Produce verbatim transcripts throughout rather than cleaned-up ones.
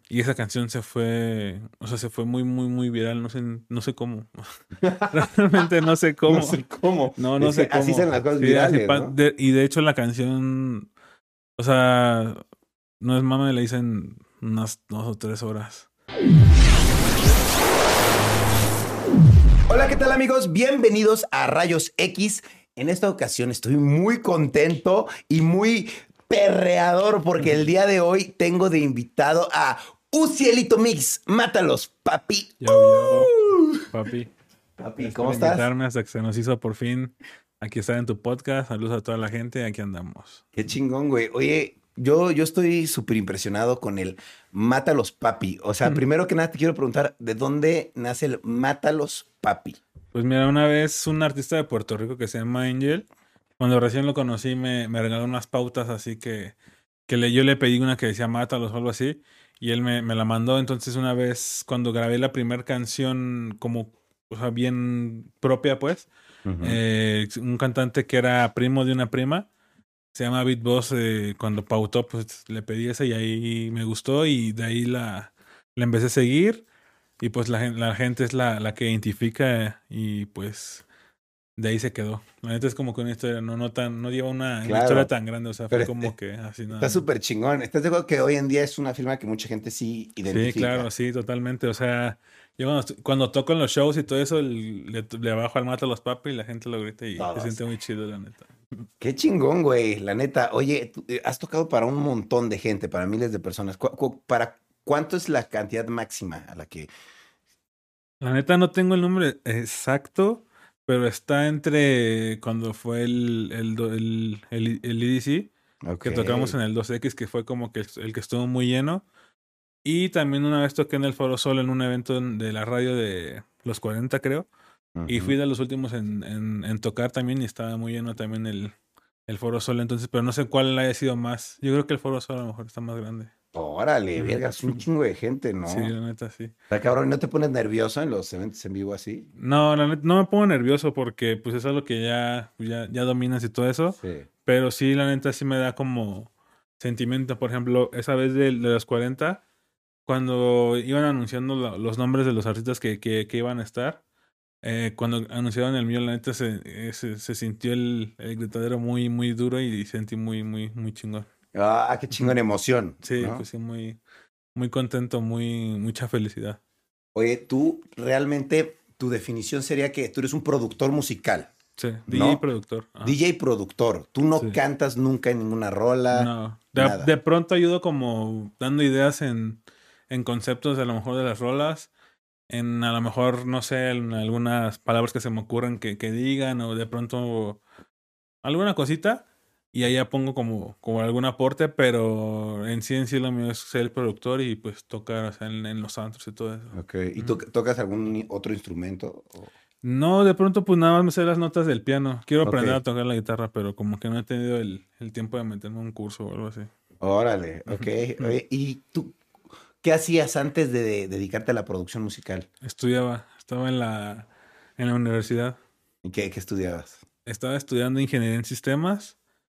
Y esa canción se fue, o sea, se fue muy, muy, muy viral. No sé, no sé cómo. Realmente no sé No cómo. sé cómo. No, no Es que sé así son cómo. las cosas Sí, así virales, pa- ¿no? de- y de hecho la canción, o sea, no es mame, le dicen unas dos o tres horas. Hola, ¿qué tal amigos? Bienvenidos a Rayos X. En esta ocasión estoy muy contento y muy perreador porque el día de hoy tengo de invitado a Ucielito Mix. Mátalos, papi. Yo, yo, ¡Uh! papi. Papi, Gracias ¿cómo por estás? invitarme hasta que se nos hizo por fin aquí estar en tu podcast. Saludos a toda la gente. Aquí andamos. Qué chingón, güey. Oye, yo, yo estoy súper impresionado con el Mátalos, papi. O sea, primero que nada te quiero preguntar, ¿de dónde nace el Mátalos, papi? Pues mira, una vez un artista de Puerto Rico que se llama Angel, cuando recién lo conocí, me, me regaló unas pautas así que, que le, yo le pedí una que decía Mátalos o algo así, y él me, me la mandó. Entonces una vez cuando grabé la primera canción como, o sea, bien propia pues, Ujú. eh, un cantante que era primo de una prima, se llama Beat Boss, eh, cuando pautó pues le pedí esa y ahí me gustó y de ahí la, la empecé a seguir. Y pues la, gen- la gente es la, la que identifica y pues de ahí se quedó. La neta es como que una historia, no, no tan, no lleva una, una historia Claro, tan grande, o sea, pero fue es- como es- que así nada está más. súper chingón. ¿Estás de acuerdo que hoy en día es una firma que mucha gente sí Sí, claro, identifica? sí, totalmente. O sea, yo cuando, estu- cuando toco en los shows y todo eso, el- le, le bajo al mato a los papi y la gente lo grita y se Todos. siente muy chido, la neta. Qué chingón, güey. La neta, oye, tú, eh, has tocado para un montón de gente, para miles de personas. ¿Cu- cu- ¿Para cuánto es la cantidad máxima a la que... La neta no tengo el número exacto, pero está entre cuando fue el, el, do- el, el, el E D C, Ok. que tocamos en el dos equis, que fue como que el, el que estuvo muy lleno. Y también una vez toqué en el Foro Sol en un evento en- de la radio de los cuarenta, creo. Y fui Ujú. de los últimos en, en, en tocar también y estaba muy lleno también el, el Foro Sol. Entonces, pero no sé cuál haya sido más. Yo creo que el Foro Sol a lo mejor está más grande. Órale, Ujú. vergas, un chingo de gente, Sí, ¿no? la neta, sí. Está cabrón, ¿no te pones nervioso en los eventos en vivo así? No, la neta, no me pongo nervioso porque pues es algo que ya, ya, ya dominas y todo eso. Sí. Pero sí, la neta, sí me da como sentimiento. Por ejemplo, esa vez de, de los cuarenta, cuando iban anunciando lo- los nombres de los artistas que, que, que iban a estar. Eh, cuando anunciaron el mío, la neta se, eh, se, se sintió el, el gritadero muy, muy duro y sentí muy, muy, muy chingón. Ah, qué Ujú. chingón emoción, Sí, pues ¿no? sí, muy, muy contento, muy, mucha felicidad. Oye, tú realmente, tu definición sería que tú eres un productor musical, Sí, D J y ¿no? productor. Ajá. D J productor. Tú no Sí. cantas nunca en ninguna rola, No. De, de nada. pronto ayudo como dando ideas en, en conceptos a lo mejor de las rolas. En a lo mejor, no sé, en algunas palabras que se me ocurran que, que digan o de pronto alguna cosita y ahí ya pongo como, como algún aporte, pero en sí en sí lo mío es ser el productor y pues tocar, o sea, en, en los antros y todo eso. Ok. ¿Y tú Ujú. tocas algún i- otro instrumento? O- No, de pronto pues nada más me sé las notas del piano. Quiero Ok. aprender a tocar la guitarra, pero como que no he tenido el, el tiempo de meterme a un curso o algo así. Órale, ok. Ujú, ujú. Oye, ¿y tú qué hacías antes de, de dedicarte a la producción musical? Estudiaba, estaba en la, en la universidad. ¿Y qué, qué estudiabas? Estaba estudiando ingeniería en sistemas.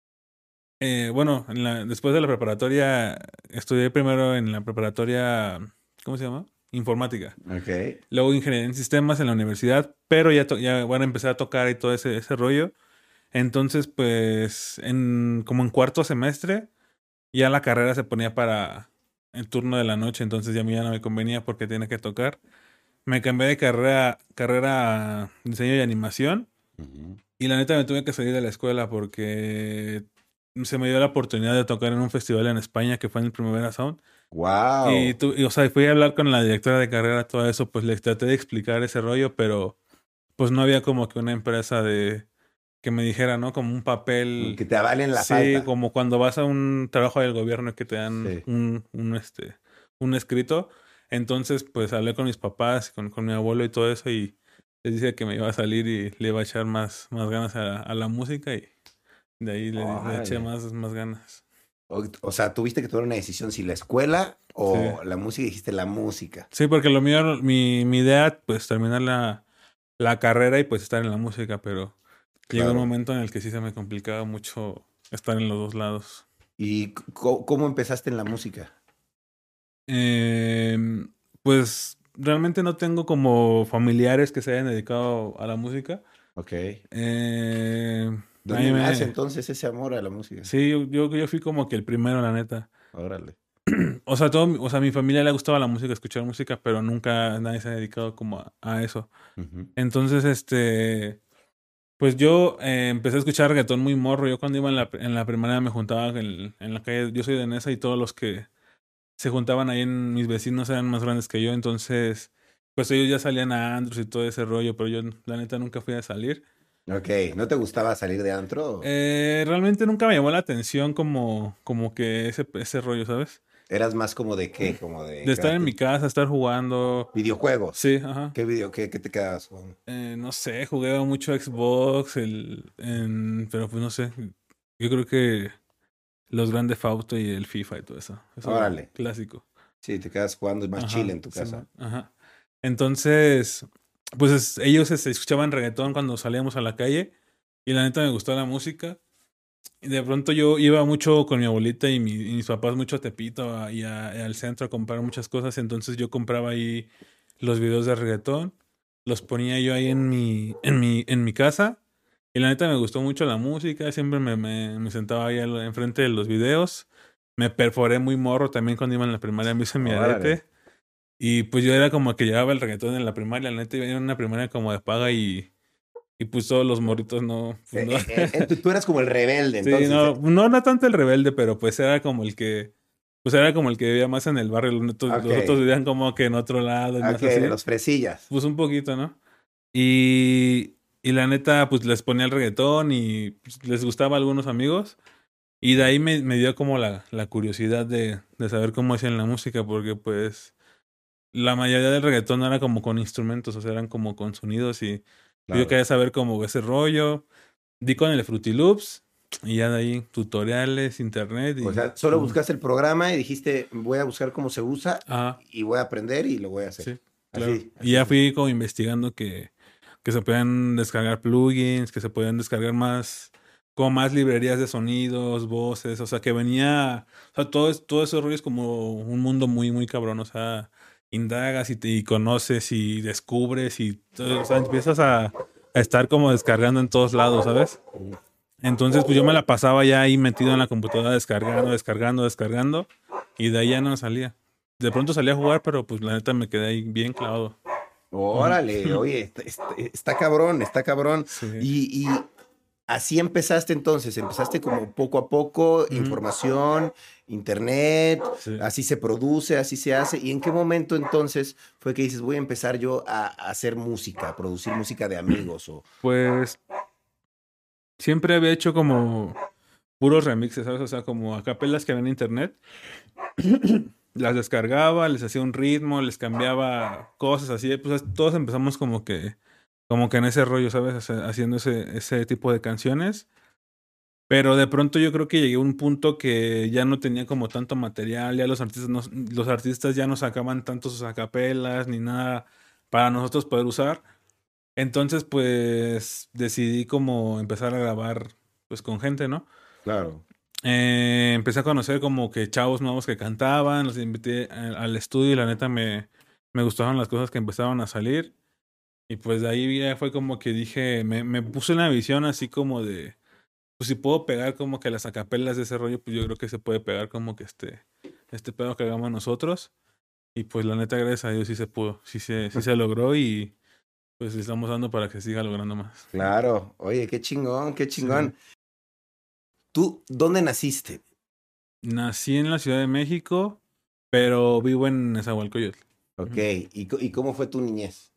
Eh, bueno, en la, después de la preparatoria, estudié primero en la preparatoria, ¿cómo se llama? Informática. Ok. Luego ingeniería en sistemas en la universidad, pero ya, to- ya van a empezar a tocar y todo ese, ese rollo. Entonces, pues, en, como en cuarto semestre, ya la carrera se ponía para el turno de la noche, entonces ya a mí ya no me convenía porque tenía que tocar. Me cambié de carrera, carrera a diseño y animación Ujú. y la neta me tuve que salir de la escuela porque se me dio la oportunidad de tocar en un festival en España que fue en el Primavera Sound. Y, Wow. tu, y, o sea, fui a hablar con la directora de carrera, todo eso, pues les traté de explicar ese rollo, pero pues no había como que una empresa de que me dijera, ¿no? Como un papel, Que te avalen la sí, falta. como cuando vas a un trabajo del gobierno que te dan Sí. un, un, este, un escrito. Entonces, pues hablé con mis papás, con, con mi abuelo y todo eso y les dije que me iba a salir y le iba a echar más, más ganas a, a la música y de ahí le, le eché Órale. más, más ganas. O, o sea, tuviste que tomar una decisión si la escuela Sí. o la música y dijiste la música. Sí, porque lo mío, mi, mi idea, pues terminar la, la carrera y pues estar en la música, pero llegó un Claro. momento en el que sí se me complicaba mucho estar en los dos lados. ¿Y c- co- cómo empezaste en la música? Eh, Pues realmente no tengo como familiares que se hayan dedicado a la música. Ok. Eh, a ¿Dónde mí nace me... entonces ese amor a la música? Sí, yo, yo, yo fui como que el primero, la neta. Órale. O sea, todo, mi- o sea, a mi familia le gustaba la música, escuchar música, pero nunca nadie se ha dedicado como a, a eso. Ujú. Entonces, este, pues yo eh, empecé a escuchar reggaetón muy morro. Yo cuando iba en la, en la primaria me juntaba en, en la calle, yo soy de Nesa y todos los que se juntaban ahí en mis vecinos eran más grandes que yo, entonces, pues ellos ya salían a antros y todo ese rollo, pero yo la neta nunca fui a salir. Ok. ¿No te gustaba salir de antro? Eh, realmente nunca me llamó la atención como, como que ese, ese rollo, ¿sabes? ¿Eras más como de qué? Como de De estar en mi quedarte... casa, estar jugando. Videojuegos. Sí, ajá. ¿Qué video? ¿Qué, qué te quedabas con? Eh, no sé, jugué mucho Xbox, el, en- pero pues no sé. Yo creo que los Grand Theft Auto y el FIFA y todo eso. Eso Órale. clásico. Sí, te quedas jugando más chill Ajá, en tu sí, casa. man, ajá. Entonces, pues es- ellos este, escuchaban reggaetón cuando salíamos a la calle y la neta me gustó la música. Y de pronto yo iba mucho con mi abuelita y, mi- y mis papás mucho a Tepito a- y, a- y al centro a comprar muchas cosas. Entonces yo compraba ahí los videos de reggaetón, los ponía yo ahí en mi, en mi, en mi casa. Y la neta me gustó mucho la música, siempre me, me, me sentaba ahí al- enfrente de los videos. Me perforé muy morro también cuando iba en la primaria, me hice mi Órale. arete. Y pues yo era como que llevaba el reggaetón en la primaria, la neta iba en una primaria como de paga y, y pues todos los morritos no, pues Eh, no. eh, eh, eh, tú, tú eras como el rebelde, Sí, entonces. no, eh. no era tanto el rebelde, pero pues era como el que, pues era como el que vivía más en el barrio, los otros, Ok. los otros vivían como que en otro lado y Ok, más de así, los fresillas. pues un poquito, ¿no? Y, y la neta, pues les ponía el reggaetón y pues, les gustaba a algunos amigos. Y de ahí me, me dio como la, la curiosidad de, de saber cómo hacían la música, porque pues la mayoría del reggaetón no era como con instrumentos, o sea, eran como con sonidos y yo Claro. quería saber cómo ese rollo. Di con el Fruity Loops y ya de ahí tutoriales, internet O y... sea, solo Ujú. buscaste el programa y dijiste, voy a buscar cómo se usa Ajá, y voy a aprender y lo voy a hacer. sí, claro. Así, Y así ya fue. fui como investigando que, que se podían descargar plugins, que se podían descargar más, como más librerías de sonidos, voces, o sea, que venía, o sea, todo, es- todo ese rollo es como un mundo muy, muy cabrón, o sea, indagas y, te, y conoces y descubres y, todo, o sea, empiezas a, a estar como descargando en todos lados, ¿sabes? Ujú. Entonces, pues yo me la pasaba ya ahí metido en la computadora descargando, descargando, descargando y de ahí ya no salía. De pronto salía a jugar, pero pues la neta me quedé ahí bien clavado. Ujú. Órale, oye, está, está- está cabrón, está cabrón. Sí. Y, y así empezaste entonces, empezaste como poco a poco, Ujú. información, internet, Sí. así se produce, así se hace. ¿Y en qué momento entonces fue que dices, voy a empezar yo a, a hacer música, a producir música de amigos? O... Pues siempre había hecho como puros remixes, ¿sabes? O sea, como acapelas que había en internet. Las descargaba, les hacía un ritmo, les cambiaba cosas así. Pues todos empezamos como que, como que en ese rollo, ¿sabes? O sea, haciendo ese, ese tipo de canciones. Pero de pronto yo creo que llegué a un punto que ya no tenía como tanto material, ya los artistas no, los artistas ya no sacaban tanto sus acapelas ni nada para nosotros poder usar. Entonces, pues decidí como empezar a grabar pues con gente, ¿no? Claro. Eh, empecé a conocer como que chavos nuevos que cantaban, los invité a- al estudio y la neta me, me gustaban las cosas que empezaban a salir. Y pues de ahí ya fue como que dije, me, me puse una visión así como de pues si puedo pegar como que las acapelas de ese rollo, pues yo creo que se puede pegar como que este, este pedo que hagamos nosotros. Y pues la neta, gracias a Dios sí se pudo, sí se, sí se logró y pues le estamos dando para que siga logrando más. Claro. Oye, qué chingón, qué Sí. chingón. ¿Tú dónde naciste? Nací en la Ciudad de México, pero vivo en Nezahualcóyotl. Ok. Ujú. ¿Y, co- y cómo fue tu niñez?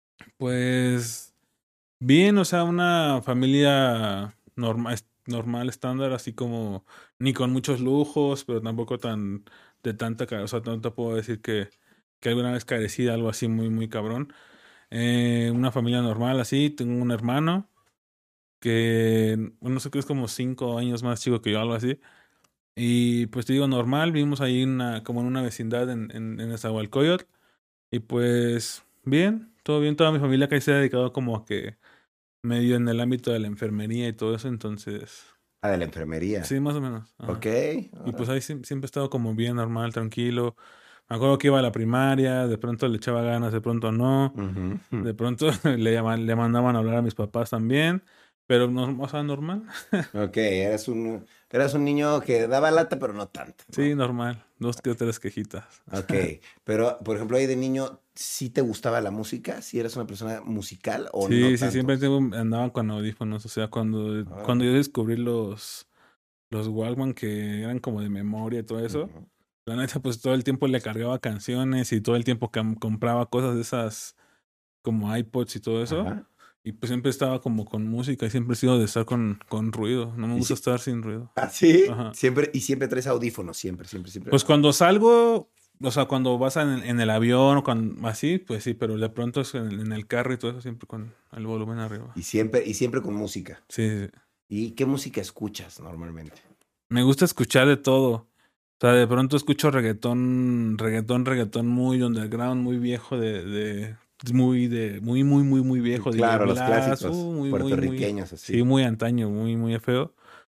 Pues bien, o sea, una familia normal, normal, estándar, así como ni con muchos lujos, pero tampoco tan de tanta, ca- o sea, no te puedo decir que, que alguna vez carecí de algo así muy, muy cabrón. Eh, una familia normal, así, tengo un hermano que, bueno, no sé qué es como cinco años más chico que yo, algo así. Y pues te digo, normal, vivimos ahí en una, como en una vecindad en, en, en Nezahualcóyotl. Y pues bien, todo bien, toda mi familia que se ha dedicado como a que medio en el ámbito de la enfermería y todo eso, entonces, Ah, de la enfermería. sí, más o menos. Ok. Ajá. Y pues Ah, ahí siem- siempre he estado como bien normal, tranquilo. Me acuerdo que iba a la primaria, de pronto le echaba ganas, de pronto no. Ujú. De pronto le, llaman, le mandaban a hablar a mis papás también, pero no, o sea, normal. Ok, eras un, eras un niño que daba lata, pero no tanto, Sí, ¿no? normal. Dos que tres quejitas. Ok, pero por ejemplo, ahí de niño, ¿sí te gustaba la música? ¿Sí eras una persona musical o no Sí, sí, tanto? siempre tengo- andaba con audífonos. O sea, cuando, cuando Órale. yo descubrí los, los Walkman que eran como de memoria y todo eso, Ujú. la neta, pues todo el tiempo le cargaba canciones y todo el tiempo cam- compraba cosas de esas como iPods y todo eso. Ajá. Y pues siempre estaba como con música y siempre he sido de estar con, con ruido. No me ¿Y gusta sí? estar sin ruido. ¿Ah, sí? Ajá. Siempre, y siempre traes audífonos, siempre, siempre, siempre. Pues cuando salgo, o sea, cuando vas en, en el avión o cuando, así, pues sí, pero de pronto es en, en el carro y todo eso siempre con el volumen arriba. Y siempre, y siempre con música. Sí, sí, sí. ¿Y qué música escuchas normalmente? Me gusta escuchar de todo. O sea, de pronto escucho reggaetón, reggaetón, reggaetón muy underground, muy viejo, de, de muy, de, muy, muy, muy, muy viejo, de J Claro, los Blas, uh, clásicos muy, muy, muy, puertorriqueños sí, así. muy antaño, muy, muy feo.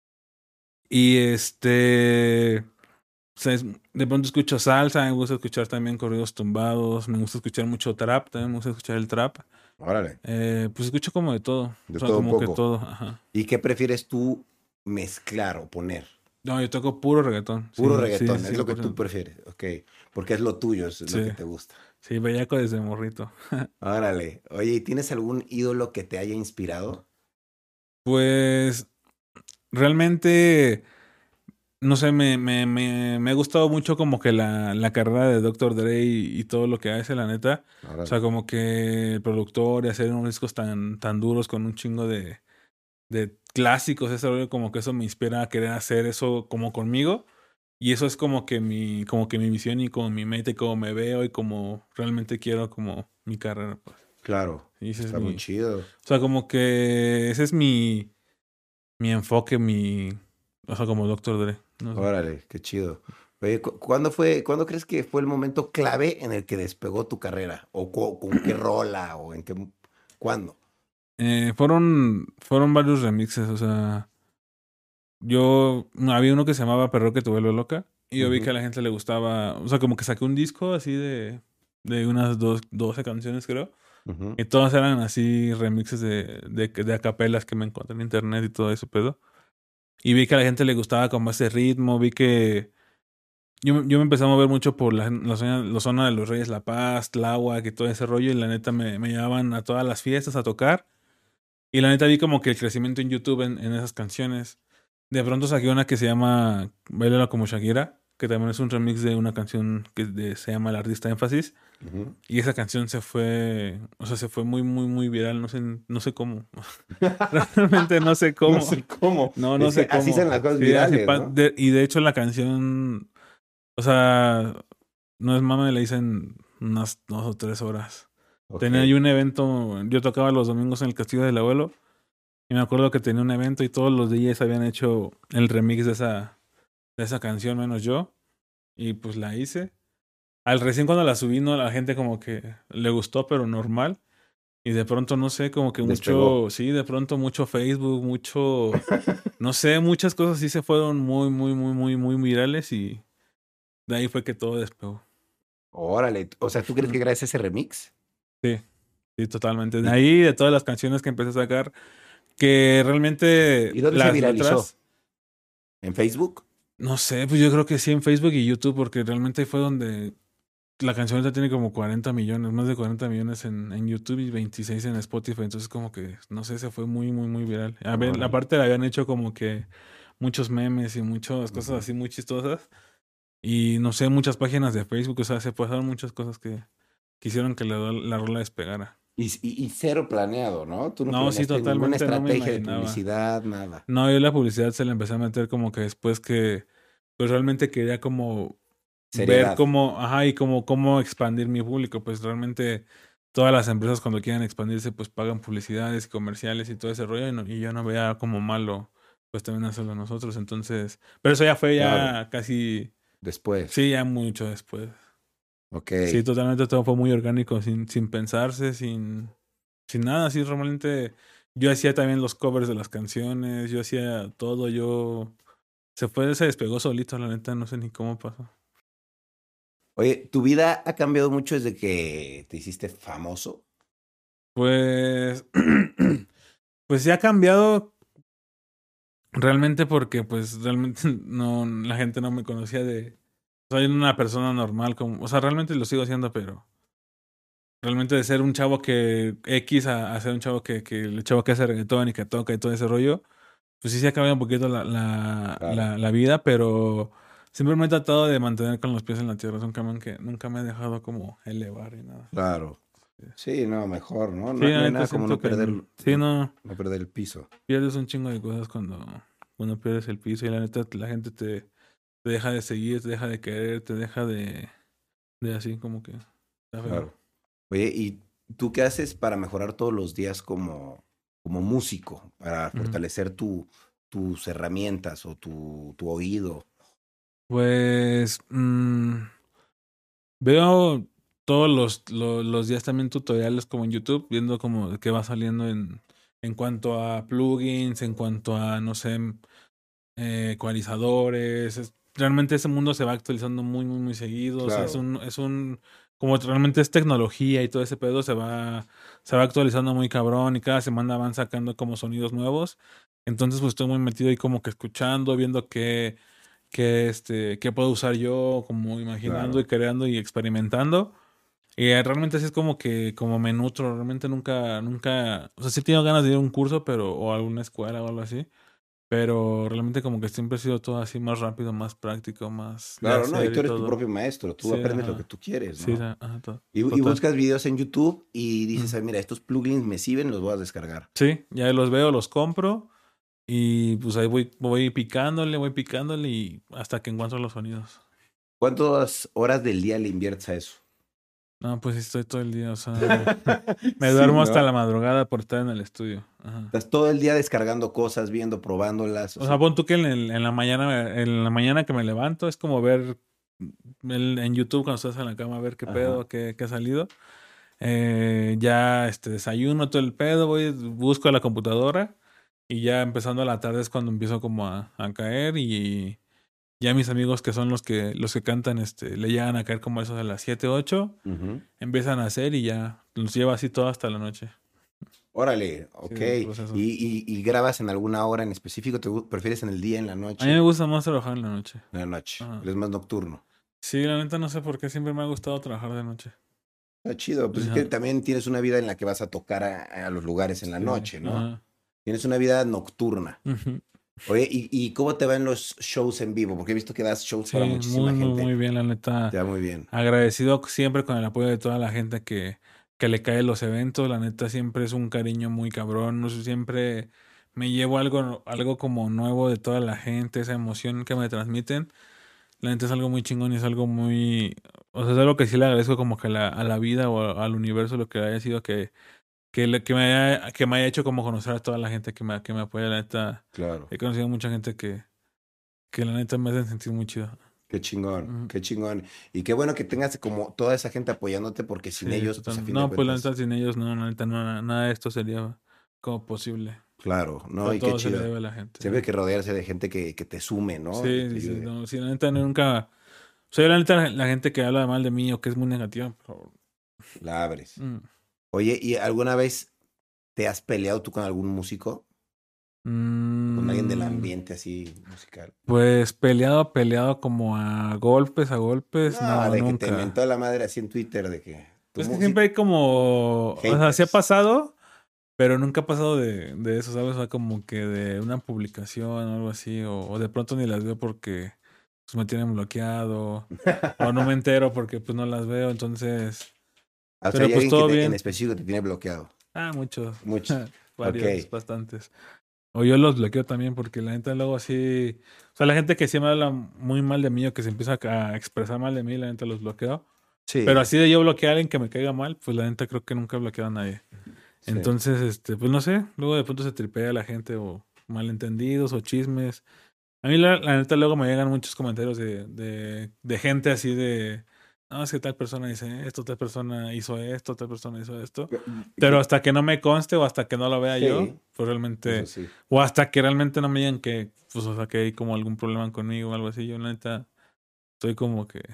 Y este, o sea, es- de pronto escucho salsa, me gusta escuchar también corridos tumbados, me gusta escuchar mucho trap, también me gusta escuchar el trap. Órale, Eh, pues escucho como de todo, o de sea, todo un como que poco. todo, ajá. ¿Y qué prefieres tú mezclar o poner? No, yo toco puro reggaetón, Puro sí, sí, reggaetón, es lo cien que por tú ciento. prefieres, ok. Porque es lo tuyo, es lo que Sí, te gusta. sí, bellaco desde morrito. Órale. Oye, ¿y tienes algún ídolo que te haya inspirado? Pues realmente, no sé, me, me, me, me ha gustado mucho como que la, la carrera de doctor Dre y, y todo lo que hace, la neta. O sea, Órale. como que el productor y hacer unos discos tan, tan duros con un chingo de, de clásicos, ese rollo como que eso me inspira a querer hacer eso como conmigo. Y eso es como que mi, como que mi visión y como mi meta y como me veo y como realmente quiero como mi carrera, pues. Claro, Y ese es está muy mi, chido. o sea, como que ese es mi, mi enfoque, mi, o sea, como doctor Dre, no sé. Órale, qué chido. Oye, cu- ¿cuándo fue, cuándo crees que fue el momento clave en el que despegó tu carrera? ¿O cu- con qué rola? ¿O en qué? ¿Cuándo? Eh, fueron, fueron varios remixes, o sea, yo, había uno que se llamaba Perro que te vuelve loca y yo vi que a Ujú, la gente le gustaba, o sea, como que saqué un disco así de, de unas dos, doce canciones creo. ujú. Y todas eran así remixes de, de, de acapelas que me encontré en internet y todo eso, pedo. Y vi que a la gente le gustaba como ese ritmo, vi que yo, me- yo me empecé a mover mucho por la, la, zona, la zona de los Reyes La Paz, Tláhuac y todo ese rollo y la neta me, me llevaban a todas las fiestas a tocar. Y la neta vi como que el crecimiento en YouTube en, en esas canciones. De pronto saqué una que se llama Bailala como Shakira, que también es un remix de una canción que de- se llama El Artista Énfasis. Ujú. Y esa canción se fue, o sea, se fue muy, muy, muy viral, no sé, no sé cómo. Realmente no sé No cómo. sé cómo. No, no Es que sé así cómo. son las cosas Sí, así virales, pa- ¿no? de- y de hecho la canción, o sea, no es mame, le dicen unas dos o tres horas. Ok. Tenía yo un evento, yo tocaba los domingos en el Castillo del Abuelo y me acuerdo que tenía un evento y todos los D Js habían hecho el remix de esa, de esa canción, menos yo. Y pues la hice. Al recién cuando la subí, no, la gente como que le gustó, pero normal. Y de pronto, no sé, como que Despegó. mucho, sí, de pronto mucho Facebook, mucho, no sé, muchas cosas sí se fueron muy, muy, muy, muy, muy virales y de ahí fue que todo despegó. Órale. O sea, ¿tú crees que gracias a ese remix? Sí, sí, totalmente. De ¿Y, ahí, de todas las canciones que empecé a sacar, que realmente y dónde se las viralizó? letras, ¿En Facebook? no sé, pues yo creo que sí en Facebook y YouTube, porque realmente fue donde la canción ahorita tiene como cuarenta millones, más de cuarenta millones en, en YouTube y veintiséis en Spotify. Entonces, como que, no sé, se fue muy, muy, muy viral. A ver, Órale. aparte le habían hecho como que muchos memes y muchas cosas Ujú. así muy chistosas. Y no sé, muchas páginas de Facebook, o sea, se pasaron muchas cosas que quisieron que la, la rola despegara. Y, y- y cero planeado, ¿no? Tú no No, sí, planeaste ninguna totalmente no me estrategia de imaginaba. publicidad, nada. No, yo la publicidad se la empecé a meter como que después que, pues realmente quería como ver Seriedad. cómo, ajá, y cómo, cómo expandir mi público. Pues realmente todas las empresas cuando quieren expandirse, pues pagan publicidades, comerciales y todo ese rollo. Y, no- y yo no veía como malo, pues también hacerlo nosotros. Entonces, pero eso ya fue Claro. ya casi, Después. sí, ya mucho después. Ok. Sí, totalmente todo fue muy orgánico, sin, sin pensarse, sin, sin nada. Así realmente yo hacía también los covers de las canciones, yo hacía todo, yo... Se fue, se despegó solito, la neta, no sé ni cómo pasó. Oye, ¿tu vida ha cambiado mucho desde que te hiciste famoso? Pues, pues sí ha cambiado realmente porque pues realmente no, la gente no me conocía de... Soy una persona normal, como, o sea, realmente lo sigo haciendo, pero realmente de ser un chavo que X a, a ser un chavo que, que el chavo que hace reggaetón y que toca y todo ese rollo, pues sí se ha cambiado un poquito la, la, Claro. la, la vida, pero siempre me he tratado de mantener con los pies en la tierra. Es un camión que nunca me he dejado como elevar y nada. Claro. Sí, no, mejor, ¿no? Sí, No, la no hay neta nada como siento no que perder, n- sí, no, no, no perder el piso. pierdes un chingo de cosas cuando, cuando pierdes el piso y la neta la gente te, te deja de seguir, te deja de querer, te deja de, de así como que está feo. Claro. Oye, ¿y tú qué haces para mejorar todos los días como, como músico? Para Ujú. fortalecer tu, tus herramientas o tu, tu oído. Pues mm, veo todos los, los, los días también tutoriales como en YouTube, viendo como qué va saliendo en, en cuanto a plugins, en cuanto a, no sé, eh, ecualizadores. Es- realmente ese mundo se va actualizando muy, muy, muy seguido. O sea, es Claro, un, es un, como realmente es tecnología y todo ese pedo se va, se va actualizando muy cabrón y cada semana van sacando como sonidos nuevos. Entonces, pues estoy muy metido ahí como que escuchando, viendo qué, qué, este, qué puedo usar yo, como imaginando y claro. creando y experimentando. Y eh, realmente así es como que, como me nutro, realmente nunca, nunca, o sea, sí tengo ganas de ir a un curso, pero, o a alguna escuela o algo así, pero realmente como que siempre ha sido todo así más rápido, más práctico, más de Claro, no, y hacer tú y eres tu todo. propio maestro, tú Sí, aprendes lo que ajá. tú quieres, Sí, ¿no? ajá, to- Y, y total. buscas videos en YouTube y dices, Mm. "Ay, mira, estos plugins me sirven, los voy a descargar". Sí, ya los veo, los compro y pues ahí voy, voy picándole, voy picándole y hasta que encuentro los sonidos. ¿Cuántas horas del día le inviertes a eso? No, pues sí estoy todo el día, o sea, me Sí, duermo hasta ¿no? la madrugada por estar en el estudio. Ajá. Estás todo el día descargando cosas, viendo, probándolas, o O sea, sea, pon tú que en, el- en la mañana, en la mañana que me levanto es como ver el- en YouTube cuando estás en la cama, ver qué ajá. pedo, qué, qué ha salido. Eh, ya este desayuno todo el pedo, voy, busco la computadora y ya empezando a la tarde es cuando empiezo como a, a caer y ya mis amigos que son los que los que cantan este le llegan a caer como eso de las siete ocho Ujú. empiezan a hacer y ya los lleva así todo hasta la noche. Órale, Sí, ok. el ¿Y, proceso. y, y grabas en alguna hora en específico? ¿Te gu- prefieres en el día, en la A mí me noche? gusta más trabajar en la noche. En la noche. Ajá. Eres más nocturno. Sí, la neta no sé por qué siempre me ha gustado trabajar de noche. Está chido, pues es que Ajá. también tienes una vida en la que vas a tocar a, a los lugares en la Sí, noche, ¿no? ajá. Tienes una vida nocturna. Ujú. Oye, ¿y, y cómo te van los shows en vivo? Porque he visto que das shows Sí, para muy, muchísima muy, gente. muy bien, la neta. Te va muy bien. Agradecido siempre con el apoyo de toda la gente que, que le cae los eventos. La neta siempre es un cariño muy cabrón. No sé, siempre me llevo algo, algo como nuevo de toda la gente, esa emoción que me transmiten. La neta es algo muy chingón y es algo muy, o sea, es algo que sí le agradezco como que a la, a la vida o a- al universo lo que haya sido que, que, le- que me haya, que me haya hecho como conocer a toda la gente que me, que me apoya. La neta, Claro. he conocido mucha gente que, que la neta me hacen sentir muy chido. Qué chingón, Ujú. qué chingón. Y qué bueno que tengas como toda esa gente apoyándote porque sin Sí, ellos, pues a total. fin de No, pues la cuentas, neta sin ellos no, la neta no, nada de esto sería como posible. claro, ¿no? Pero Y qué todo se le chido. debe a la gente. Siempre hay Ajá. que rodearse de gente que, que te sume, ¿no? Y Sí, te sí, sí, ayude. no, sí, la neta nunca. Soy la neta la gente que habla mal de mí o que es muy negativa. Por favor. La abres. Mm. Oye, ¿y alguna vez te has peleado tú con algún músico? ¿Con alguien del Mm, ambiente así musical? pues peleado, peleado como a golpes, a golpes, No, no, de que te nunca. mentó la madre así en Twitter, de que tu Pues que siempre música, hay como, o sea, sí ha haters. pasado, pero nunca ha pasado de, de eso, ¿sabes? O sea, como que de una publicación o algo así, o, o de pronto ni las veo porque pues me tienen bloqueado, o no me entero porque pues no las veo, entonces, O sea, pero hay pues alguien que todo te- en bien. específico te tiene bloqueado. Ah, muchos, Muchos. Ok, varios, bastantes. O yo los bloqueo también porque la neta luego así, o sea, la gente que sí me habla muy mal de mí o que se empieza a expresar mal de mí, la neta los bloqueo. Pero sí, así de yo bloquear a alguien que me caiga mal, pues la neta creo que nunca he bloqueado a nadie. sí. Entonces, este, pues no sé, luego de pronto se tripea la gente o malentendidos o chismes. A mí la, la neta luego me llegan muchos comentarios de, de, de gente así de, no, es que tal persona dice esto, tal persona hizo esto, tal persona hizo esto. Pero Que- hasta que no me conste o hasta que no lo vea yo, sí, pues eso realmente, sí. o hasta que realmente no me digan que, pues, o sea, que hay como algún problema conmigo o algo así, yo la neta estoy como que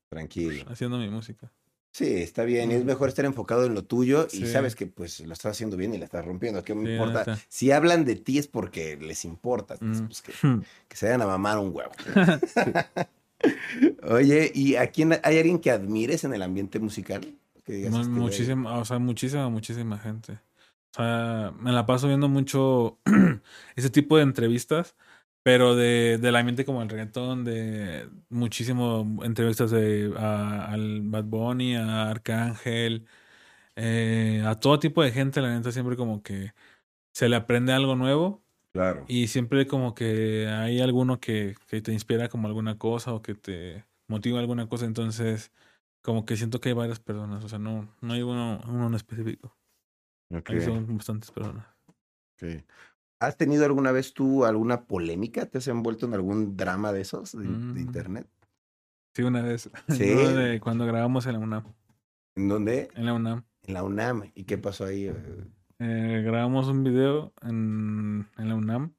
Tranquilo. haciendo mi música. Sí, está bien. Es Mm. mejor estar enfocado en lo tuyo y Sí. sabes que pues lo estás haciendo bien y la estás rompiendo. ¿Qué me Sí, importa? neta. Si hablan de ti es porque les importas. Mm. Pues que, que se vayan a mamar un huevo. Sí. Oye, ¿y a quién hay alguien que admires en el ambiente musical? Que digas, Mu- este güey. Muchísima, o sea, muchísima, muchísima gente. O sea, me la paso viendo mucho ese tipo de entrevistas, pero de, del ambiente como el reggaetón, de muchísimo entrevistas de a- al Bad Bunny, a Arcángel, eh, a todo tipo de gente, la neta siempre como que se le aprende algo nuevo Claro. y siempre como que hay alguno que, que te inspira como alguna cosa o que te motiva alguna cosa, entonces como que siento que hay varias personas, o sea, no, no hay uno, uno en específico. Ok, Ahí son bastantes personas. ok. ¿Has tenido alguna vez tú alguna polémica? ¿Te has envuelto en algún drama de esos de, in- de Mm, internet? sí, una vez, no Sí. de cuando grabamos en la UNAM, ¿En dónde? en la UNAM, En la UNAM. ¿Y qué pasó ahí? Eh, eh, grabamos un video en, en la UNAM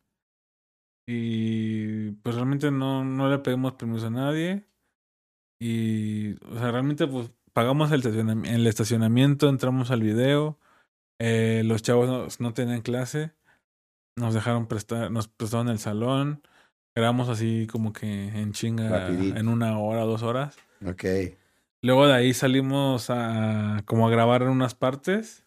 y pues realmente no, no le pedimos permiso a nadie y, o sea, realmente pues pagamos el estacionami- el estacionamiento, entramos al video, eh, los chavos no, no tenían clase, nos dejaron prestar, nos prestaron el salón, grabamos así como que en chinga rapidito. en una hora, dos horas. Ok. Luego de ahí salimos a como a grabar en unas partes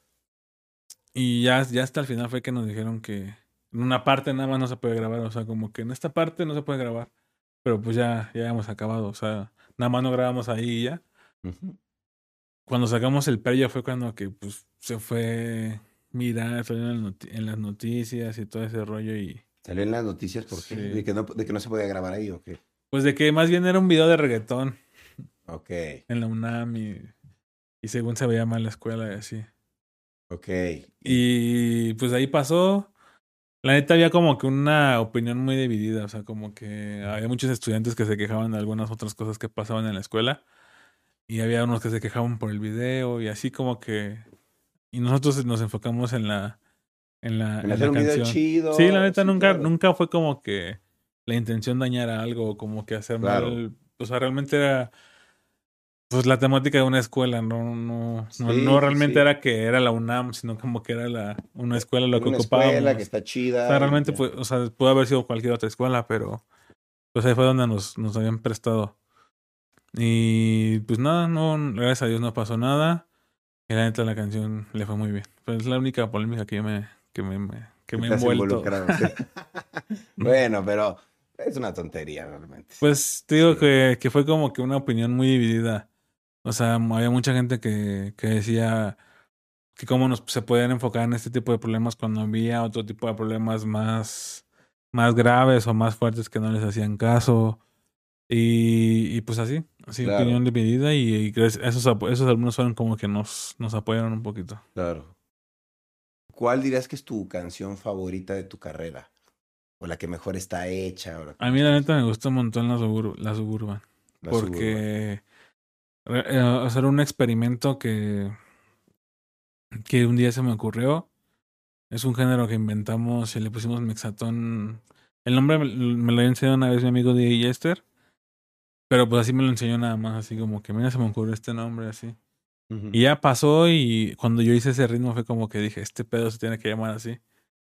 y ya, ya hasta el final fue que nos dijeron que en una parte nada más no se puede grabar, o sea, como que en esta parte no se puede grabar, pero pues ya, ya hemos acabado, o sea, nada más no grabamos ahí y ya. Ujú. Cuando sacamos el pre ya fue cuando que pues se fue mirar, salió en, las noti- en las noticias y todo ese rollo y Salió en las noticias, ¿por qué? De sí. que no, de que no se podía grabar ahí, ¿o qué? Pues de que más bien era un video de reggaetón Ok, en la UNAM y, y según se veía mal la escuela y así. ok. Y, Y pues ahí pasó. La neta había como que una opinión muy dividida, o sea, como que había muchos estudiantes que se quejaban de algunas otras cosas que pasaban en la escuela y había unos que se quejaban por el video y así como que y nosotros nos enfocamos en la en la en en hacer la un video canción. Sí, la chido, neta sí, nunca claro. nunca fue como que la intención dañar a algo o como que hacer Claro. mal, o sea, realmente era pues la temática de una escuela, no, no, no, no Sí, sí, realmente sí. era que era la UNAM, sino como que era la, una escuela lo Era que una escuela que ocupábamos. está O sea, chida y realmente, ya. pues, o sea, pudo haber sido cualquier otra escuela, pero pues ahí fue donde nos, nos habían prestado. Y pues nada, no, gracias a Dios no pasó nada. Y la neta la canción le fue muy bien. Pues es la única polémica que yo me, que me, me- que Que me he te has envuelto. involucrado, sí. Bueno, pero es una tontería realmente. Pues te digo Sí, que, que fue como que una opinión muy dividida. O sea, había mucha gente que, que decía que cómo nos se podían enfocar en este tipo de problemas cuando había otro tipo de problemas más, más graves o más fuertes que no les hacían caso. Y, y pues así, así opinión claro, dividida y, y gracias- esos, apo- esos alumnos fueron como que nos, nos apoyaron un poquito. claro. ¿Cuál dirías que es tu canción favorita de tu carrera? O la que mejor está hecha, o la que A mí más la te neta gusta. me gustó un montón la, Subur- la Suburban La Suburban. porque re- eh, hacer un experimento que, que un día se me ocurrió. Es un género que inventamos y le pusimos mexatón. El nombre me, me lo enseñó una vez mi amigo D J Jester, pero pues así me lo enseñó nada más, así como que mira, se me ocurrió este nombre así. Ujú. Y ya pasó y cuando yo hice ese ritmo fue como que dije, este pedo se tiene que llamar así.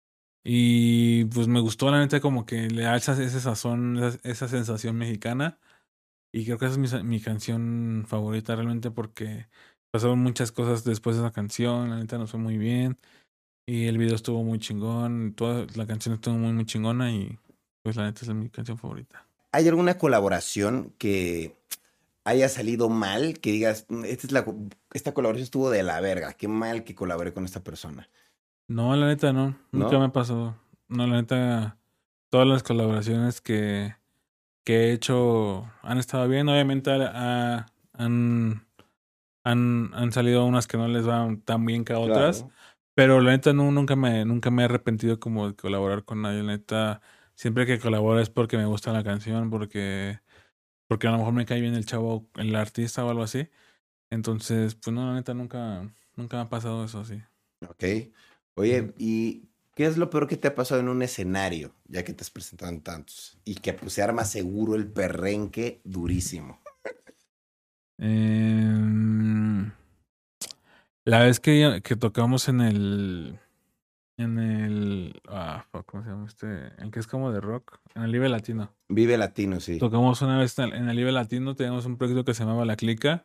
Y pues me gustó la neta como que le alzas ese sazón, esa, esa sensación mexicana. Y creo que esa es mi, mi canción favorita realmente porque pasaron muchas cosas después de esa canción, la neta nos fue muy bien. Y el video estuvo muy chingón, toda la canción estuvo muy, muy chingona y pues la neta es mi canción favorita. ¿Hay alguna colaboración que haya salido mal? Que digas, "Mm, esta, es la, co- esta colaboración estuvo de la verga. Qué mal que colaboré con esta persona. No, la neta no, nunca me ¿No? ha pasado. No, la neta, todas las colaboraciones que, que he hecho han estado bien. Obviamente ha- han, han, han salido unas que no les van tan bien que a otras, Claro. pero la neta no, nunca me, nunca me he arrepentido como de colaborar con nadie. La neta, siempre que colaboro es porque me gusta la canción, porque, porque a lo mejor me cae bien el chavo, el artista o algo así. Entonces, pues no, la neta nunca, nunca me ha pasado eso así. Ok. Ujú. Oye, ¿y qué es lo peor que te ha pasado en un escenario, ya que te has presentado en tantos? Y que pues, se arma seguro el perrenque durísimo. Eh, la vez que, que tocamos en el... En el... Ah, fuck, ¿cómo se llama este? El que es como de rock. En el Vive Latino. Vive Latino, sí. Tocamos una vez en el, en el Vive Latino. Teníamos un proyecto que se llamaba La Clica.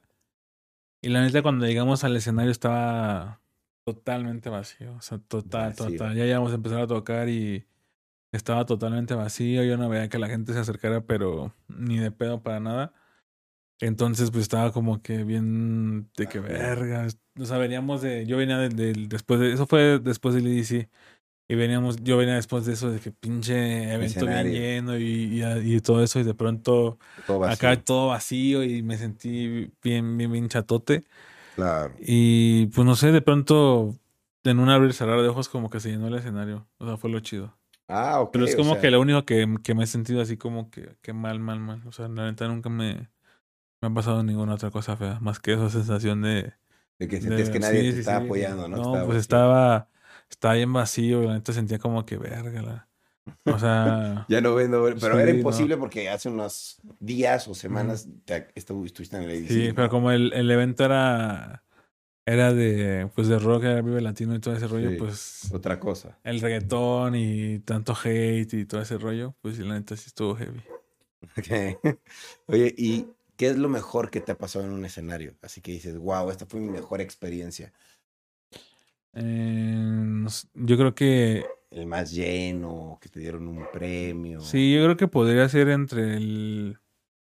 Y la neta, cuando llegamos al escenario estaba totalmente vacío. O sea, total, Vacío. total. Ya íbamos a empezar a tocar y estaba totalmente vacío. Yo no veía que la gente se acercara, pero ni de pedo para nada. Entonces, pues estaba como que bien de que verga. O sea, veníamos de. Yo venía de, de- después de. Eso fue después del E D C. Y veníamos, yo venía después de eso, de que pinche evento Escenario. bien lleno y, y, y todo eso. Y de pronto Todo vacío. acá todo vacío y me sentí bien, bien, bien chatote. Claro. Y pues no sé, de pronto en un abrir y cerrar de ojos como que se llenó el escenario. O sea, fue lo chido. Ah, ok. Pero es o como sea, que lo único que, que me he sentido así como que, que mal, mal, mal. O sea, la neta nunca me, me ha pasado ninguna otra cosa fea. Más que esa sensación de... de que sentías que de nadie sí, te sí, estaba sí. apoyando, ¿no? Que No, estaba pues vacío. estaba, estaba bien vacío. La neta sentía como que verga. La... O sea... Ya no vendo, pero era sí, no. imposible porque hace unos días o semanas te, estu- estuviste en el Sí, edificio, pero ¿no? como el, el evento era... Era de, pues de rock, era Vive Latino y todo ese rollo, Sí, pues... otra cosa. El reggaetón y tanto hate y todo ese rollo, pues sí, la neta sí estuvo heavy. Ok. Oye, ¿y qué es lo mejor que te ha pasado en un escenario? Así que dices, wow, esta fue mi mejor experiencia. Eh, no sé, yo creo que, El más lleno, que te dieron un premio. sí, yo creo que podría ser entre el,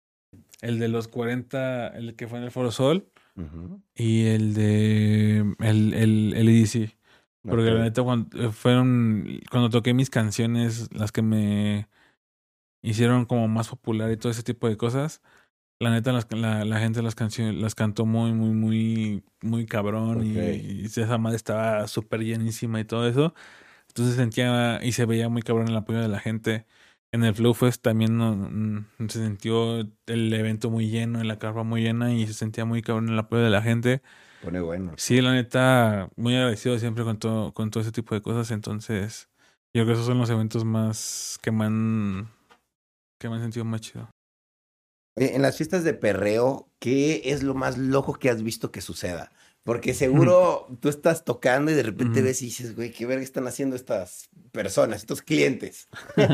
el de los cuarenta, el que fue en el Foro Sol, Ujú. y el de el, el, el E D C. Porque la Ok. neta, cuando, fueron, cuando toqué mis canciones, las que me hicieron como más popular y todo ese tipo de cosas, la neta, las- la, la gente las canciones las cantó muy, muy, muy, muy cabrón y, Ok. y esa madre estaba súper llenísima y todo eso. Entonces sentía y se veía muy cabrón el apoyo de la gente. En el Flow Fest también no, mm, se sintió el evento muy lleno, la carpa muy llena y se sentía muy cabrón el apoyo de la gente. Pone bueno. Sí, la neta, muy agradecido siempre con todo, con todo ese tipo de cosas. Entonces, yo creo que esos son los eventos más que me han, que me han sentido más chido. Oye, en las fiestas de perreo, ¿qué es lo más loco que has visto que suceda? Porque seguro tú estás tocando y de repente Ujú. ves y dices, güey, ¿qué verga están haciendo estas personas, estos clientes?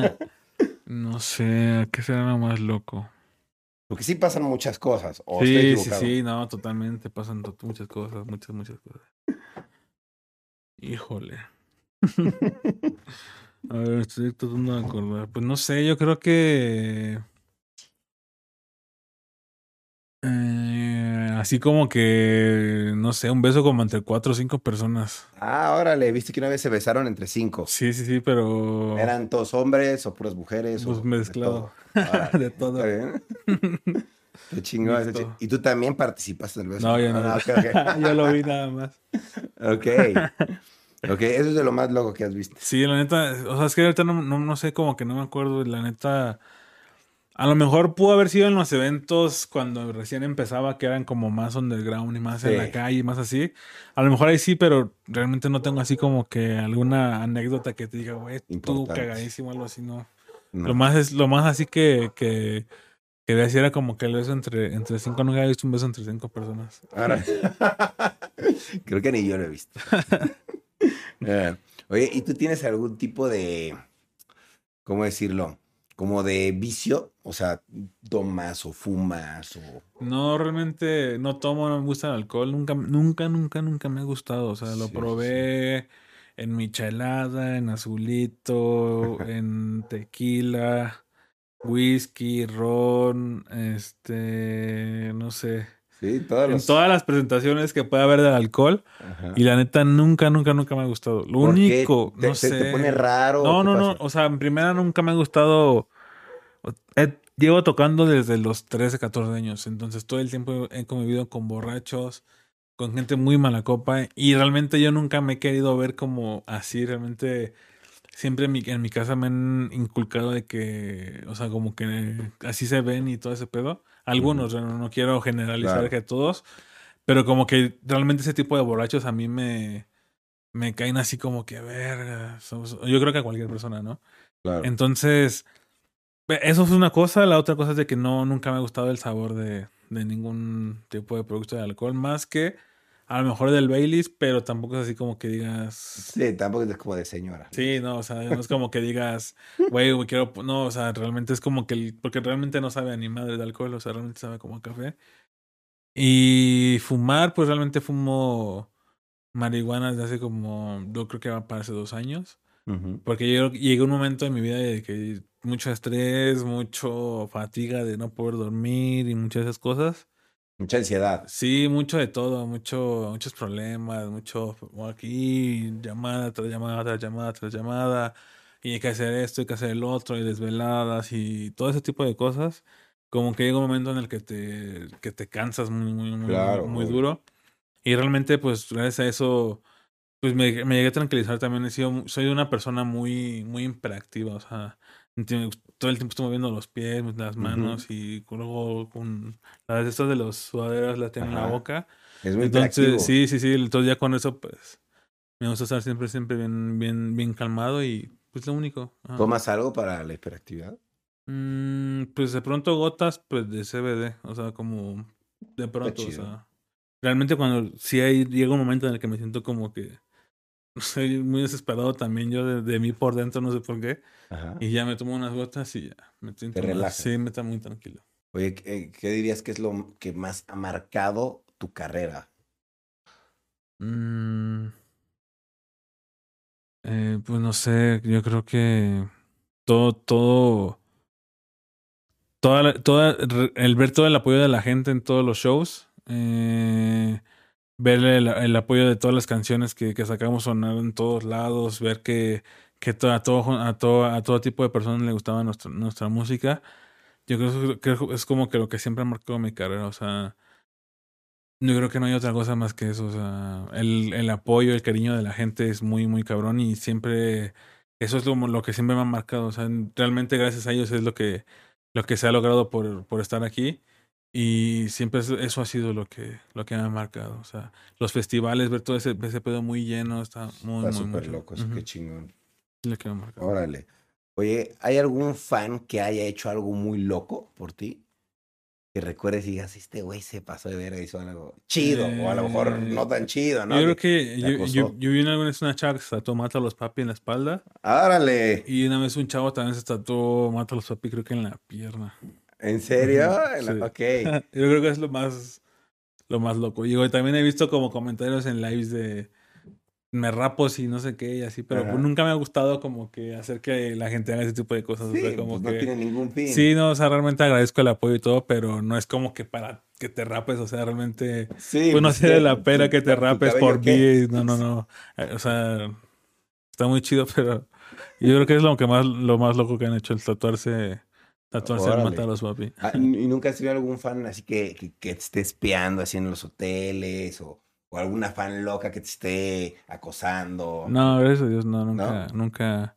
No sé, ¿qué será lo más loco? Porque sí pasan muchas cosas, o estoy Sí, sí, equivocado. sí, no, totalmente. Pasan to- muchas cosas, muchas, muchas cosas. Híjole. A ver, estoy tratando de acordar. Pues no sé, yo creo que... eh, así como que, no sé, un beso como entre cuatro o cinco personas. Ah, órale, viste que una vez se besaron entre cinco. Sí, sí, sí, pero... ¿Eran todos hombres o puras mujeres Pues o de mezclado. todo? Órale, De está todo. bien. Está chingón, está chi- Mixto. ¿Y tú también participaste en el beso? No, yo No, no. no, ok, ok. Yo lo vi nada más. Ok, ok, eso es de lo más loco que has visto. Sí, la neta, o sea, es que ahorita no, no, no sé, como que no me acuerdo, la neta, a lo mejor pudo haber sido en los eventos cuando recién empezaba, que eran como más underground y más en la Sí, calle, más así. A lo mejor ahí sí, pero realmente no tengo así como que alguna anécdota que te diga, güey, tú importante. cagadísimo, algo así, no. Lo No. más es, lo más así que, que, que decía era como que el beso entre, entre cinco, nunca había visto un beso entre cinco personas. Ahora, creo que ni yo lo he visto. Eh, Oye, ¿y tú tienes algún tipo de, cómo decirlo? Como de vicio, o sea, tomas o fumas o... No, realmente no tomo, no me gusta el alcohol. Nunca, nunca, nunca, nunca me ha gustado. O sea, lo Sí, sí, sí. probé en michelada, en azulito, en tequila, whisky, ron, este, no sé. Sí, todos En los... todas las presentaciones que pueda haber del alcohol. Ajá. Y la neta, nunca, nunca, nunca me ha gustado. Lo ¿Por qué? único, ¿Te, no te, te pone sé. raro o No, qué no, no. pasa? O sea, en primera nunca me ha gustado. He- llevo tocando desde los trece catorce años, entonces todo el tiempo he convivido con borrachos, con gente muy mala copa y realmente yo nunca me he querido ver como así, realmente siempre en mi, en mi casa me han inculcado de que, o sea, como que así se ven y todo ese pedo. Algunos, Ujú. no, no quiero generalizar Claro, que todos, pero como que realmente ese tipo de borrachos a mí me, me caen así como que, verga, somos- yo creo que a cualquier persona, ¿no? claro. Entonces... Eso es una cosa, la otra cosa es de que no, nunca me ha gustado el sabor de, de ningún tipo de producto de alcohol, más que a lo mejor del Baileys, pero tampoco es así como que digas... Sí, tampoco es como de señora. Sí, no, o sea, no es como que digas, güey, güey, quiero... No, o sea, realmente es como que... El... Porque realmente no sabe a ni madre de alcohol, o sea, realmente sabe como a café. Y fumar, pues realmente fumo marihuana desde hace como... Yo creo que va para hace dos años. Uh-huh. Porque yo llegué a un momento en mi vida de que mucho estrés, mucho fatiga de no poder dormir y muchas de esas cosas. Mucha ansiedad. Sí, mucho de todo, mucho, muchos problemas, mucho aquí, llamada tras llamada, tras llamada, tras llamada, y hay que hacer esto, hay que hacer el otro, y desveladas y todo ese tipo de cosas. Como que llega un momento en el que te, que te cansas muy, muy, muy, Claro, muy obvio. duro. Y realmente, pues, gracias a eso, pues me, me llegué a tranquilizar también. He sido, soy una persona muy, muy hiperactiva, o sea, enti- todo el tiempo estoy moviendo los pies, las Uh-huh. manos y luego con las de estas de los sudaderas las tengo en la Ajá. boca. Es muy Entonces, hiperactivo. sí, sí, sí, entonces ya con eso, pues, me gusta estar siempre, siempre bien, bien, bien calmado y pues lo único. Ajá. ¿Tomas algo para la hiperactividad? Mm, pues de pronto gotas, pues de C B D, o sea, como de Está pronto, o chido. sea, realmente cuando sí hay, llega un momento en el que me siento como que soy muy desesperado también yo de, de mí por dentro, no sé por qué. Ajá. Y ya me tomo unas gotas y ya me Te siento más, sí, relajas. me está muy tranquilo. Oye, ¿qué, qué dirías que es lo que más ha marcado tu carrera? Mm, eh, pues no sé, yo creo que todo, todo, toda, la- toda, re- el ver todo el apoyo de la gente en todos los shows, eh, ver el, el apoyo de todas las canciones que, que sacamos sonar en todos lados, ver que, que to- a, todo, a, todo, a todo tipo de personas le gustaba nuestra, nuestra música. Yo creo que es como que lo que siempre ha marcado mi carrera, o sea, yo creo que no hay otra cosa más que eso, o sea, el, el apoyo, el cariño de la gente es muy, muy cabrón y siempre, eso es lo, lo que siempre me ha marcado, o sea, realmente gracias a ellos es lo que, lo que se ha logrado por, por estar aquí y siempre eso, eso ha sido lo que, lo que me ha marcado, o sea, los festivales, ver todo ese, ese pedo muy lleno, está muy, Está muy, súper mucho. loco, eso, qué Ujú, chingón. es lo que me ha marcado. Órale. Oye, ¿hay algún fan que haya hecho algo muy loco por ti? Que recuerdes y digas, este güey se pasó de verga, hizo algo chido, o a lo mejor Eh, no tan chido, yo ¿no? creo Que que te yo, yo, acosó. yo vi una vez una chava que se tatuó Mata a los papi en la espalda. ¡Árale! Y una vez un chavo también se tatuó Mata a los papi, creo que en la pierna. ¿En serio? Ujú, En- sí. Ok. Yo creo que es lo más, lo más loco. Y güey, también he visto como comentarios en lives de me rapo y no sé qué y así, pero pues Ajá. nunca me ha gustado como que hacer que la gente haga ese tipo de cosas. O sea, Sí, como pues no que tiene ningún sí, fin. no, o sea, realmente agradezco el apoyo y todo, pero no es como que para que te rapes, o sea, realmente, Sí, pues no pues sería ¿qué? la pena ¿Tu, que te ca- tu rapes por cabello qué? mí, no, no, no. Eh, O sea, está muy chido, pero yo creo que es lo que más, lo más loco que han hecho, el tatuarse, tatuarse el mata a Órale. los papi. Ah, ¿y y nunca has tenido algún fan así que, que, que te esté espiando así en los hoteles o, o alguna fan loca que te esté acosando? No, gracias a Dios, no, ¿No? nunca, nunca.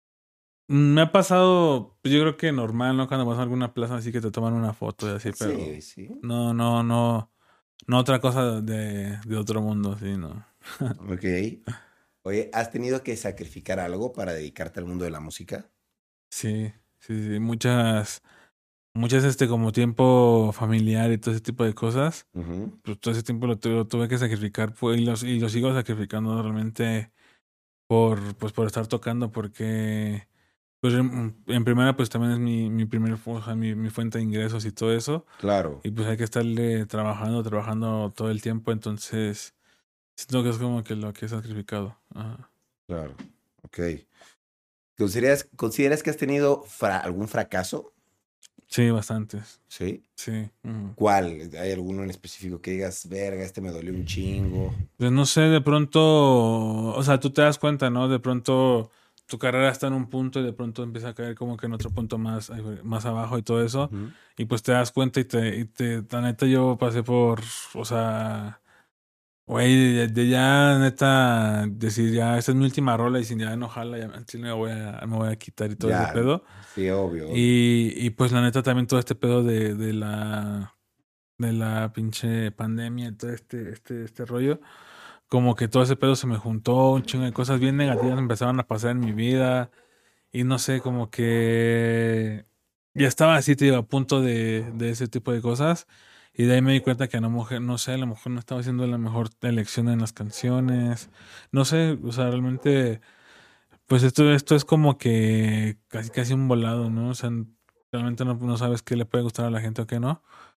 Me ha pasado, pues yo creo que normal, ¿no? Cuando vas a alguna plaza así que te toman una foto y así, Sí, pero sí. no, no, no, no otra cosa de, de otro mundo, así, no. Ok. Oye, ¿has tenido que sacrificar algo para dedicarte al mundo de la música? Sí, sí, sí, muchas, muchas, este, como tiempo familiar y todo ese tipo de cosas, Ujú. pues todo ese tiempo lo, tu- lo tuve que sacrificar, pues, y, los, y lo sigo sacrificando realmente por, pues, por estar tocando, porque, pues, en, en primera, pues, también es mi, mi primer, fu- o sea, mi, mi fuente de ingresos y todo eso, Claro, y pues hay que estarle trabajando, trabajando todo el tiempo, entonces, siento que es como que lo que he sacrificado. Ajá. claro. Ok. ¿Consideras, consideras que has tenido fra- algún fracaso? Sí, bastantes, Sí. sí. Ujú. ¿Cuál? ¿Hay alguno en específico que digas, verga, este me dolió un chingo? Pues no sé, de pronto, o sea, tú te das cuenta, ¿no? De pronto tu carrera está en un punto y de pronto empieza a caer como que en otro punto más, eh, más abajo y todo eso. Ujú. Y pues te das cuenta y te, y te, la neta yo pasé por, o sea, güey, de, de ya neta decir ya, esta es mi última rola y sin ya enojarla, ya sí me voy a, me voy a quitar y todo ese Ya, pedo. sí, obvio, obvio. Y, y pues la neta también todo este pedo de, de la, de la pinche pandemia y todo este, este, este rollo como que todo ese pedo se me juntó, un chingo de cosas bien negativas empezaron a pasar en mi vida y no sé, como que ya estaba así, te digo, a punto de, de ese tipo de cosas Y de ahí me di cuenta que a la mujer, no sé, a lo mejor no estaba haciendo la mejor elección en las canciones. No sé, o sea, realmente, pues esto, esto es como que casi casi un volado, ¿no? O sea, realmente no, no sabes qué le puede gustar a la gente o qué no.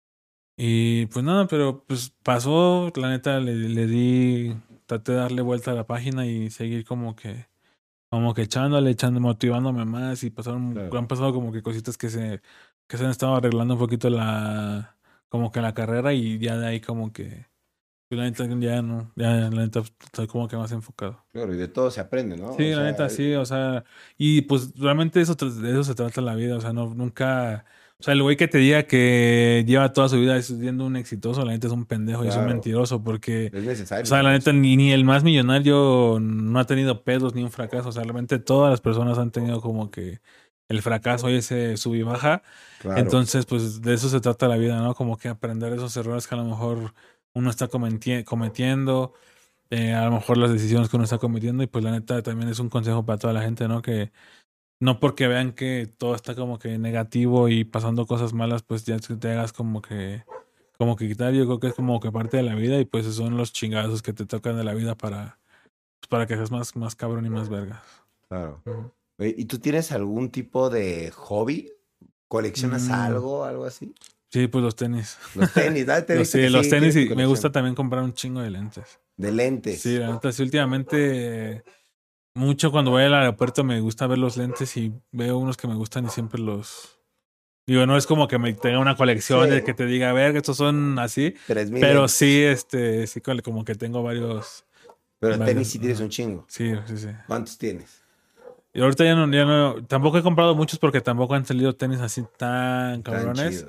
Y pues nada, pero pues pasó, la neta le, le di, traté de darle vuelta a la página y seguir como que, como que echándole, echando, motivándome más y pasaron, Claro. han pasado como que cositas que se, que se han estado arreglando un poquito la, como que la carrera y ya de ahí como que, pues la neta ya no, ya la neta estoy como que más enfocado. Claro, y de todo se aprende, ¿no? Sí, O la sea, neta sí, o sea, y pues realmente eso, tra- de eso se trata la vida, o sea, no, nunca, o sea, el güey que te diga que lleva toda su vida siendo un exitoso, la neta es un pendejo y es un claro, mentiroso, porque, es o necesario sea, la también neta eso. ni, ni el más millonario no ha tenido pedos ni un fracaso, o sea, realmente todas las personas han tenido como que el fracaso y ese sub y baja, Claro, entonces, pues de eso se trata la vida, ¿no? Como que aprender esos errores que a lo mejor uno está cometi- cometiendo eh, a lo mejor las decisiones que uno está cometiendo y pues la neta también es un consejo para toda la gente, ¿no? Que no porque vean que todo está como que negativo y pasando cosas malas, pues ya te hagas como que como que quitar, yo creo que es como que parte de la vida y pues esos son los chingazos que te tocan de la vida para pues, para que seas más más cabrón y más vergas. claro. Ujú. Oye, ¿y tú tienes algún tipo de hobby? ¿Coleccionas Mm, algo, algo así? sí, pues los tenis. Los tenis, ¿verdad? Te he Los visto sí, que los sí tenis tienes tu y me gusta colección también comprar un chingo de lentes. de Sí, lentes. la neta sí últimamente mucho cuando voy al aeropuerto me gusta ver los lentes y veo unos que me gustan y siempre los... Digo, no es como que me tenga una colección de Sí, que te diga, a ver, estos son así, tres mil pero lentes. sí, este, sí, cole- como que tengo varios, Pero tenis varios, sí tienes un ajá. chingo. Sí, sí, sí. ¿Cuántos tienes? Y ahorita ya no, ya no, tampoco he comprado muchos porque tampoco han salido tenis así tan Tan cabrones. chidos.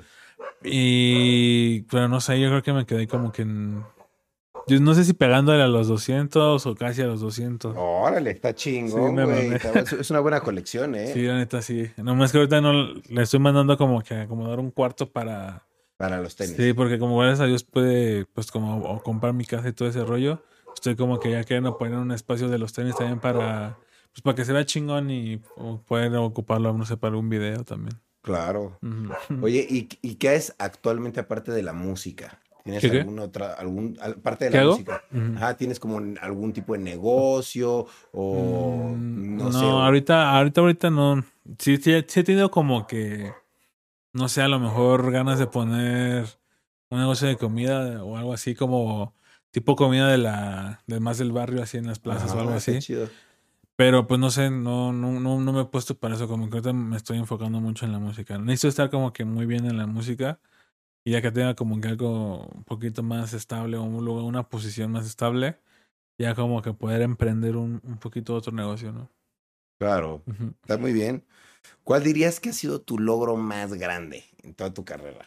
Y, pero no sé, yo creo que me quedé como que en, yo no sé si pegándole a los doscientos o casi a los doscientos. Órale, está Sí, chingón, me güey. mamé. Está- Es es una buena colección, Sí, ¿eh? la neta, sí. Nomás que ahorita no le estoy mandando como que acomodar un cuarto para. Para los Sí, tenis. porque como gracias a Dios puede, pues como o comprar mi casa y todo ese rollo. Estoy como que ya queriendo poner un espacio de los tenis también para. Pues para que se vea chingón y o poder ocuparlo, no sé, para un video también. Claro. Ujú. Oye, ¿y, y qué es actualmente aparte de la música? ¿Tienes ¿Qué qué? alguna otra, algún, al- aparte de ¿Qué la hago? música? Ujú. Ajá, ¿tienes como un- algún tipo de negocio o Mm, no sé? no, o- ahorita, ahorita, ahorita no. Sí, sí, sí he tenido como que, no sé, a lo mejor ganas de poner un negocio de comida o algo así como tipo comida de la, del más del barrio, así en las plazas o algo Ajá, está así. chido. Pero pues no sé, no, no, no, no me he puesto para eso, como que ahorita me estoy enfocando mucho en la música. Necesito estar como que muy bien en la música y ya que tenga como que algo un poquito más estable o un lugar, una posición más estable, ya como que poder emprender un, un poquito otro negocio, ¿no? Claro, Ujú. está muy bien. ¿Cuál dirías que ha sido tu logro más grande en toda tu carrera?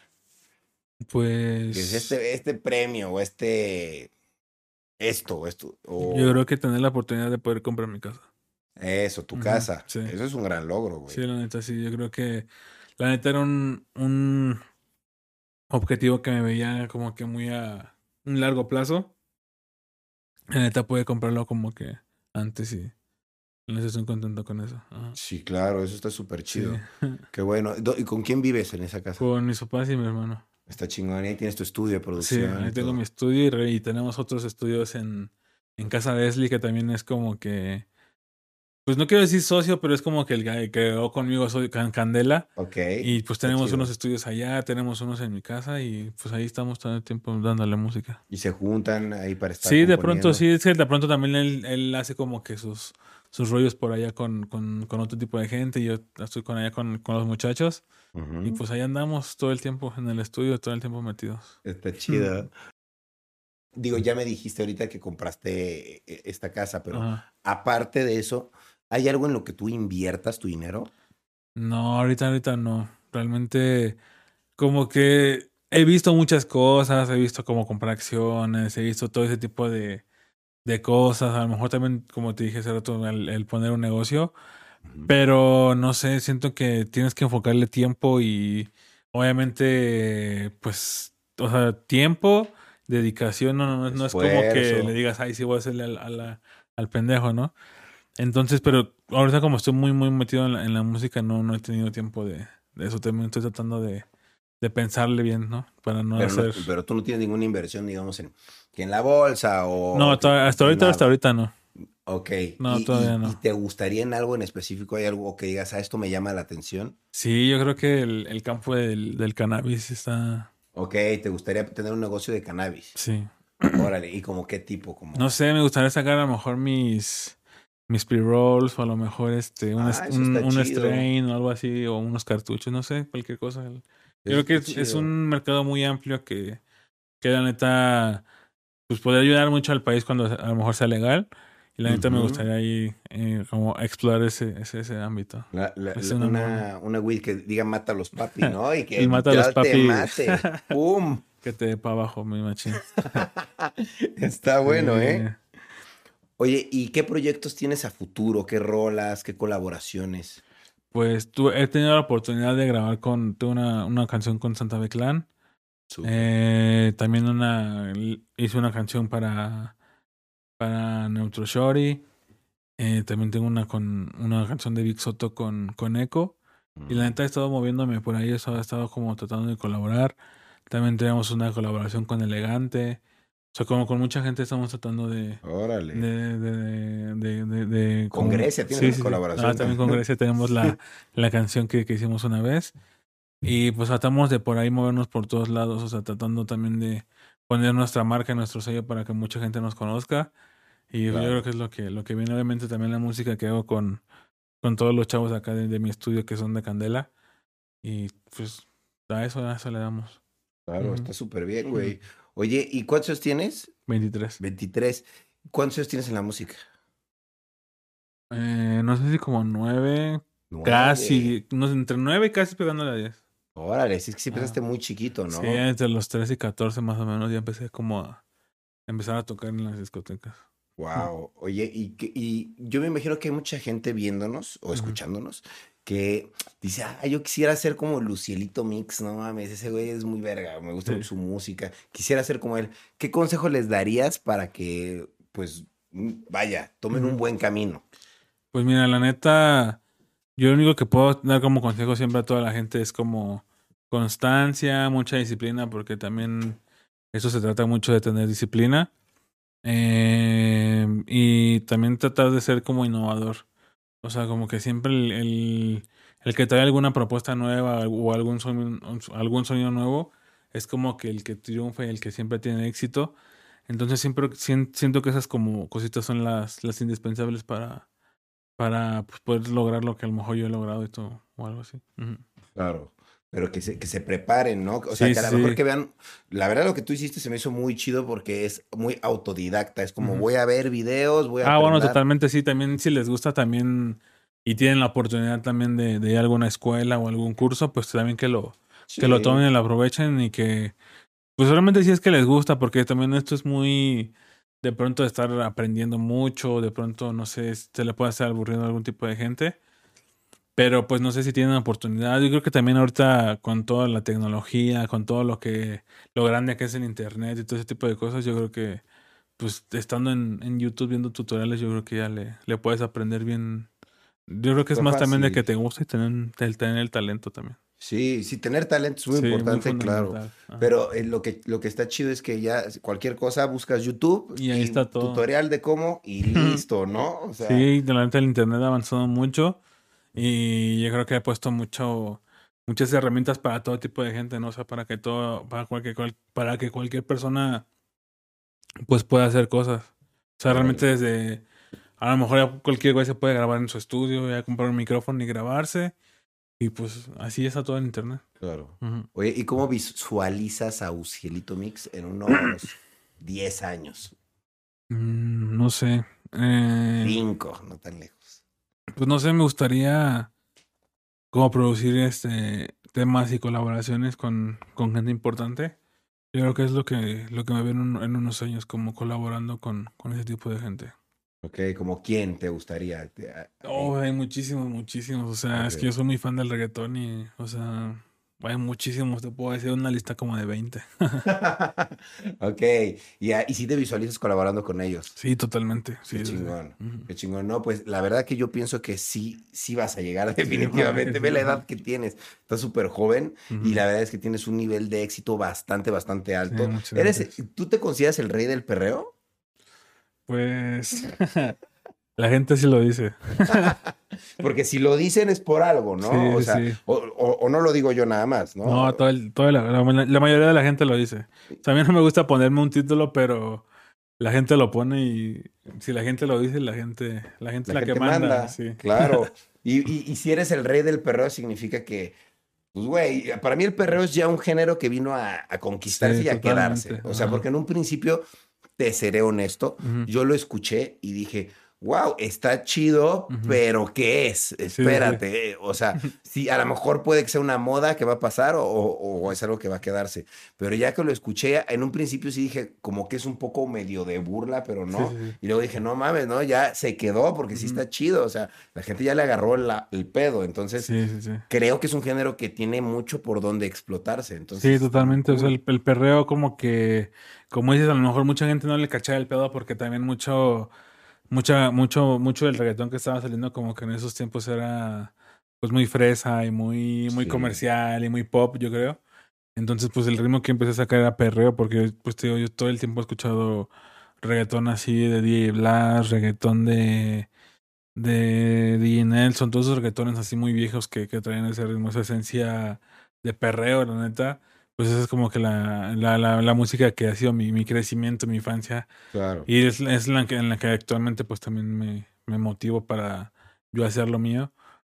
Que es Pues este, este premio o este, esto o esto, yo o creo que tener la oportunidad de poder comprar mi casa. eso, tu Ujú, casa. sí, Eso es un gran logro, sí, güey. la neta, sí, yo creo que la neta era un, un objetivo que me veía como que muy a un largo plazo. La neta pude comprarlo como que antes y la neta estoy contento con eso. Ajá. Sí, claro, eso está súper Sí, chido. Qué bueno. Do- ¿Y con quién vives en esa casa? con mis papás y mi hermano. Está chingón. Y ahí tienes tu estudio de Sí, producción ahí y tengo mi todo. estudio y, re- y tenemos otros estudios en, en casa de Esli que también es como que, pues no quiero decir socio, pero es como que el que quedó conmigo soy Can- Candela. Ok, Y pues está tenemos unos chido. estudios allá, tenemos unos en mi casa y pues ahí estamos todo el tiempo dándole música. Y se juntan ahí para estar Sí, de pronto, componiendo. sí, es que de pronto también él, él hace como que sus, sus rollos por allá con, con, con otro tipo de gente y yo estoy con allá con, con los muchachos y Ujú. pues ahí andamos todo el tiempo en el estudio, todo el tiempo metidos. Está Mm. chido. Digo, ya me dijiste ahorita que compraste eh, esta casa, pero Ajá. aparte de eso, ¿hay algo en lo que tú inviertas tu dinero? No, ahorita, ahorita no. Realmente como que he visto muchas cosas, he visto cómo comprar acciones, he visto todo ese tipo de de cosas, a lo mejor también, como te dije hace rato, el, el poner un negocio, Ujú. pero no sé, siento que tienes que enfocarle tiempo y obviamente, pues, o sea, tiempo, dedicación, no, no, no es como que le Esfuerzo. digas, ay, sí, voy a hacerle al, a la- al pendejo, ¿no? Entonces, pero ahorita como estoy muy, muy metido en la, en la música, no, no he tenido tiempo de, de eso, también estoy tratando de, de pensarle bien, ¿no? Para no Pero, no, hacer... pero tú no tienes ninguna inversión, digamos, en, que en la bolsa No, o to- hasta ahorita, hasta nada. ahorita no. Ok. No, ¿Y, todavía y, y no. te gustaría en algo en específico? ¿Hay algo que digas, a esto me llama la atención? Sí, yo creo que el, el campo del, del cannabis está... Ok, ¿te gustaría tener un negocio de cannabis? Sí. Órale, ¿y como qué tipo? No Como... sé, me gustaría sacar a lo mejor mis, mis pre-rolls o a lo mejor este, un, Ah, est- eso un, está un chido. strain o algo así, o unos cartuchos, no sé, cualquier cosa. Yo Eso creo que está es, es un chido. mercado muy amplio que, que la neta, pues podría ayudar mucho al país cuando a lo mejor sea legal. Y la neta me Ujú. gustaría ahí eh, como explorar ese, ese, ese ámbito. La- la- Es la- una muy... una, una weed que diga mata a los papi, ¿no? Y que El mata a los literal te papi mate. ¡Pum! que te dé para abajo, mi machín. Está bueno, Sí. ¿eh? Oye, ¿y qué proyectos tienes a futuro? ¿Qué rolas? ¿Qué colaboraciones? Pues tu- he tenido la oportunidad de grabar con tuve una, una canción con Santa Fe Clan. Súper. Eh, también una hice una canción para, para Neutro Shorty. Eh, también tengo una con una canción de Big Soto con, con Echo. Y la Mm, neta he estado moviéndome por ahí, he estado, he estado como tratando de colaborar. También tenemos una colaboración con Elegante. O sea, como con mucha gente estamos tratando de, órale. de, de, de, de, de Con como, Grecia tienes sí, una sí, sí. Ah, colaboración también con también. Grecia tenemos la, la canción que, que hicimos una vez. Y pues tratamos de por ahí movernos por todos lados, o sea, tratando también de poner nuestra marca, nuestro sello para que mucha gente nos conozca. Y yo creo Claro, que es lo que, lo que viene, obviamente también la música que hago con, con todos los chavos acá de, de mi estudio que son de Candela. Y pues a eso, a eso le damos. claro, Ujú, está súper bien, ujú. güey. Oye, ¿y cuántos años tienes? veintitrés. Veintitrés. ¿Cuántos años tienes en la música? Eh, no sé si como nueve, Nueve. casi, no sé, entre nueve y casi pegándole a diez. Órale, sí es que sí empezaste Ajá. muy chiquito, Sí, ¿no? entre los trece y catorce más o menos ya empecé como a empezar a tocar en las discotecas. Ujú. Wow. Oye, y, que- y yo me imagino que hay mucha gente viéndonos o Ujú. escuchándonos que dice, ah, yo quisiera ser como Lucielito Mix, no mames, ese güey es muy verga, me gusta Sí. mucho su música, quisiera ser como él. ¿Qué consejo les darías para que, pues, mm, vaya, tomen un Ujú. buen camino? Pues mira, la neta, yo lo único que puedo dar como consejo siempre a toda la gente es como constancia, mucha disciplina, porque también eso se trata mucho de tener disciplina. Eh, y también tratar de ser como innovador. O sea, como que siempre el, el, el que trae alguna propuesta nueva o algún sonido, algún sonido nuevo es como que el que triunfa y el que siempre tiene éxito. Entonces siempre sien- siento que esas como cositas son las, las indispensables para, para pues, poder lograr lo que a lo mejor yo he logrado y todo, o algo así. Ujú. Claro. Pero que se, que se preparen, ¿no? O sea, Sí, que a sí, lo mejor sí. que vean, la verdad lo que tú hiciste se me hizo muy chido porque es muy autodidacta, es como Ujú. voy a ver videos, voy a Ah, bueno, aprender. totalmente sí. También si les gusta también y tienen la oportunidad también de, de ir a alguna escuela o algún curso, pues también que lo, que lo Sí, tomen y lo aprovechen y que, pues realmente sí es que les gusta, porque también esto es muy de pronto de estar aprendiendo mucho, de pronto, no sé, se le puede hacer aburrido a algún tipo de gente, pero pues no sé si tienen oportunidad. Yo creo que también ahorita con toda la tecnología, con todo lo que, lo grande que es el internet y todo ese tipo de cosas, yo creo que pues estando en, en YouTube viendo tutoriales, yo creo que ya le, le puedes aprender bien. Yo creo que es está más también de que fácil. te gusta y tener, el tener el talento también. Sí, sí, tener talento es muy Sí, muy importante, claro. fundamental. Ajá. Pero eh, lo que, lo que está chido es que ya cualquier cosa buscas YouTube Y ahí y está todo. tutorial de cómo y listo, ¿no? O sea, Sí, de la neta el internet ha avanzado mucho y yo creo que ha puesto mucho, muchas herramientas para todo tipo de gente, ¿no? O sea, para que todo, para cualquier, cual- para que cualquier persona pues pueda hacer cosas. O sea, realmente órale, desde, a lo mejor ya cualquier güey se puede grabar en su estudio, ya comprar un micrófono y grabarse. Y pues así está todo en internet. claro. Ujú. Oye, ¿y cómo visualizas a Ucielito Mix en unos diez años? Mm, no sé. Eh, Cinco, no tan lejos. pues no sé, me gustaría como producir este temas y colaboraciones con, con gente importante. Yo creo que es lo que, lo que me veo en, un- en unos años, como colaborando con, con ese tipo de gente. Ok, ¿como quién te gustaría? Te- a- Oh, ahí. hay muchísimos, muchísimos. O sea, Ok, es que yo soy muy fan del reggaetón y, o sea, Hay muchísimos, te puedo decir una lista como de veinte. Ok, y, a- y si te visualizas colaborando con ellos. Sí, totalmente. Sí, Qué sí, sí. chingón, Ujú. qué chingón. No, pues la verdad que yo pienso que sí, sí vas a llegar Sí, ojalá que definitivamente. sí, Ve la edad ajá. que tienes. Estás súper joven y Ujú. la verdad es que tienes un nivel de éxito bastante, bastante Sí, alto. muchas ¿Eres, gracias. tú te consideras el rey del perreo? Pues la gente sí lo dice. Porque si lo dicen es por algo, ¿no? Sí, O sí, sea, sí. o, o- o no lo digo yo nada más, ¿no? No, todo el, toda la, la, la mayoría de la gente lo dice. O sea, a mí no me gusta ponerme un título, pero la gente lo pone y si la gente lo dice, la gente, la gente es La la que gente manda, manda, sí. claro. Y, y, y si eres el rey del perreo, significa que, pues, güey, para mí el perreo es ya un género que vino a, a conquistarse Sí, y a quedarse. totalmente. O sea, porque Ajá. en un principio, te seré honesto, Ujú, yo lo escuché y dije, wow, está chido, ujú. pero ¿qué es? Sí, sí, sí. Espérate. eh, O sea, sí, a lo mejor puede que sea una moda que va a pasar o, o- o es algo que va a quedarse. Pero ya que lo escuché, en un principio sí dije como que es un poco medio de burla, pero Sí, no. sí, sí. Y luego dije, no mames, ¿no? Ya se quedó porque sí Ujú. está chido. O sea, la gente ya le agarró la- el pedo. Entonces, Sí, sí, sí. creo que es un género que tiene mucho por donde explotarse. Sí, Entonces, está muy totalmente. O sea, cool. el, el perreo como que, como dices, a lo mejor mucha gente no le cachaba el pedo porque también mucho, mucha, mucho, mucho del reggaetón que estaba saliendo como que en esos tiempos era pues muy fresa y muy, muy Sí, comercial y muy pop, yo creo. Entonces, pues el ritmo que empecé a sacar era perreo porque, pues te digo, yo todo el tiempo he escuchado reggaetón así de D J Blas, reggaetón de, de D J Nelson, todos esos reggaetones así muy viejos que, que traen ese ritmo, esa esencia de perreo, la neta. Pues esa es como que la, la, la, la música que ha sido mi, mi crecimiento, mi infancia. claro. Y es, es la que, en la que actualmente pues también me, me motivo para yo hacer lo mío.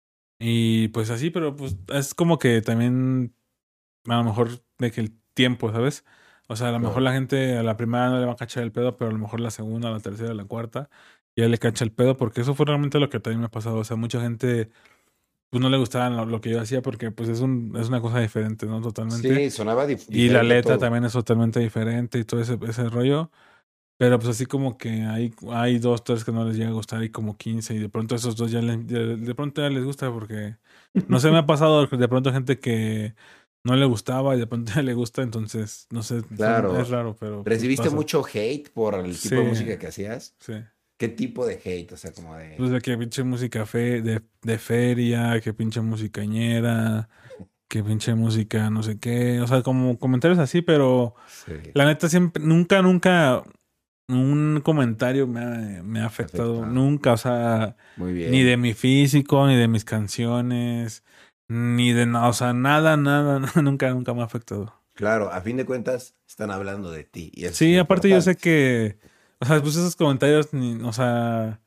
Y pues así, pero pues es como que también a lo mejor de que el tiempo, ¿sabes? O sea, a lo mejor Claro. la gente a la primera no le va a cachar el pedo, pero a lo mejor la segunda, la tercera, la cuarta, ya le cacha el pedo, porque eso fue realmente lo que también me ha pasado. O sea, mucha gente pues no le gustaba lo, lo que yo hacía porque pues es un, es una cosa diferente, ¿no? Totalmente. Sí, sonaba dif- Y la diferente letra todo. también es totalmente diferente y todo ese, ese rollo. Pero pues así como que hay, hay dos, tres que no les llega a gustar y como quince y de pronto esos dos ya, les- ya- de pronto ya les gusta porque no sé, me ha pasado de pronto gente que no le gustaba y de pronto ya le gusta, entonces no sé, son, es Claro. raro, pero pues ¿Recibiste pasa. mucho hate por el tipo de Sí, música que hacías? sí. ¿Qué tipo de hate? O sea, como Pues de... de que pinche música fe, de, de feria, que pinche musicañera, que pinche música no sé qué, o sea, como comentarios así, pero Sí, la neta siempre, nunca, nunca un comentario me ha, me ha afectado, afectado. nunca, o sea, Muy ni de bien. mi físico, ni de mis canciones, ni de nada, o sea, nada, nada, nunca, nunca me ha afectado. Claro, a fin de cuentas, están hablando de ti y eso es Sí, lo aparte yo sé importante. que, o sea, pues esos comentarios, ni, o sea,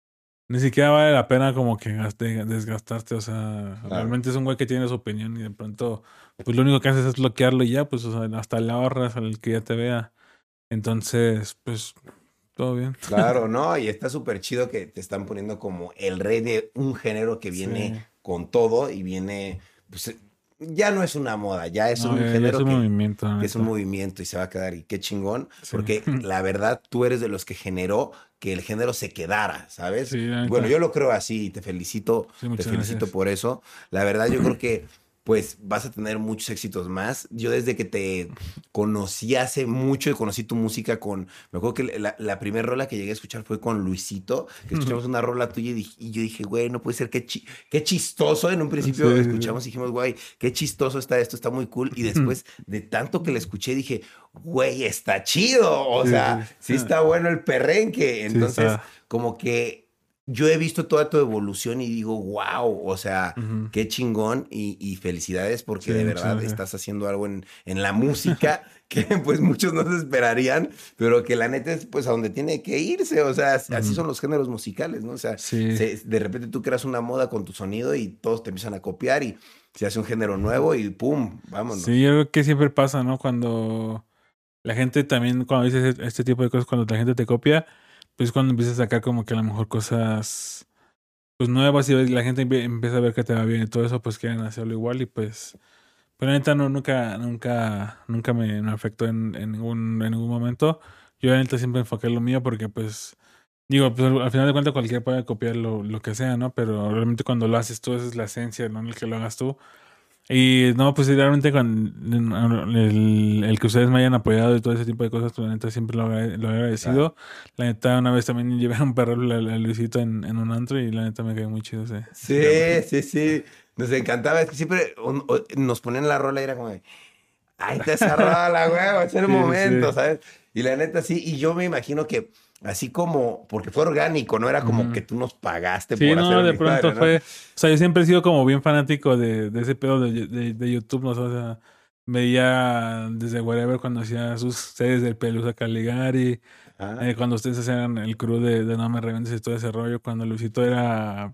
ni siquiera vale la pena como que gaste- desgastarte, o sea, Claro. realmente es un güey que tiene su opinión y de pronto, pues lo único que haces es bloquearlo y ya, pues, o sea, hasta le ahorras al que ya te vea. Entonces, pues, todo bien. Claro, ¿no? Y está súper chido que te están poniendo como el rey de un género que Sí. viene con todo y viene, pues eh, ya no es una moda, ya es No, un ya, ya es género un que, movimiento, la que es un neta. movimiento y se va a quedar. Y qué chingón, Sí. porque la verdad tú eres de los que generó que el género se quedara, ¿sabes? Sí, la Y bueno, yo neta. lo creo así y te felicito, Sí, te muchas felicito gracias. por eso. La verdad yo creo que pues vas a tener muchos éxitos más. Yo desde que te conocí hace mucho y conocí tu música con, me acuerdo que la, la primera rola que llegué a escuchar fue con Luisito, que escuchamos una rola tuya y, dije- y yo dije, güey, no puede ser, qué, chi- qué chistoso. En un Sí, principio sí, sí. escuchamos y dijimos, güey, qué chistoso está esto, está muy cool. Y después de tanto que la escuché dije, güey, está chido. O Sí, sea, sí. sí está bueno el perrenque. Sí, Entonces, está. como que yo he visto toda tu evolución y digo, wow, o sea, Ujú. qué chingón y, y felicidades porque Sí, de muchas verdad gracias. estás haciendo algo en, en la música que pues muchos no se esperarían, pero que la neta es pues a donde tiene que irse, o sea, así Ujú. son los géneros musicales, ¿no? O sea, Sí. se- de repente tú creas una moda con tu sonido y todos te empiezan a copiar y se hace un género nuevo y ¡pum! Sí, Vámonos. yo creo que siempre pasa, ¿no? Cuando la gente también, cuando dices este tipo de cosas, cuando la gente te copia, pues cuando empiezas a sacar como que a lo mejor cosas pues nuevas y la gente empie- empieza a ver que te va bien y todo eso, pues quieren hacerlo igual y pues, pero la neta no, nunca, nunca, nunca me, me afectó en, en ningún, en ningún momento. Yo la neta siempre enfoqué lo mío porque pues, digo, pues al final de cuentas cualquiera puede copiar lo, lo que sea, ¿no? Pero realmente cuando lo haces tú, esa es la esencia, ¿no? En el que lo hagas tú. Y no, pues realmente con el, el que ustedes me hayan apoyado y todo ese tipo de cosas, pues la neta siempre lo, agrade- lo he agradecido. Claro. La neta, una vez también llevé a un perro, a a Luisito, en, en un antro y la neta me quedó muy chido ese, ese perro. Sí, sí, sí. Nos encantaba. Es que siempre un- o- nos ponían la rola y era como, de, ay, te esa rola, güey, va a ser el Sí, momento, sí. ¿sabes? Y la neta sí. Y yo me imagino que así como, porque fue orgánico, no era como que Ujú. tú nos pagaste Sí, por hacer no, una de pronto historia, ¿no? fue. O sea, yo siempre he sido como bien fanático de, de ese pedo de, de, de YouTube, ¿no? O sea, veía desde Wherever cuando hacía sus series del Pelusa Caligari. Ajá. Eh, cuando ustedes hacían el crew de, de No Me Revientes y todo ese rollo, cuando Luisito era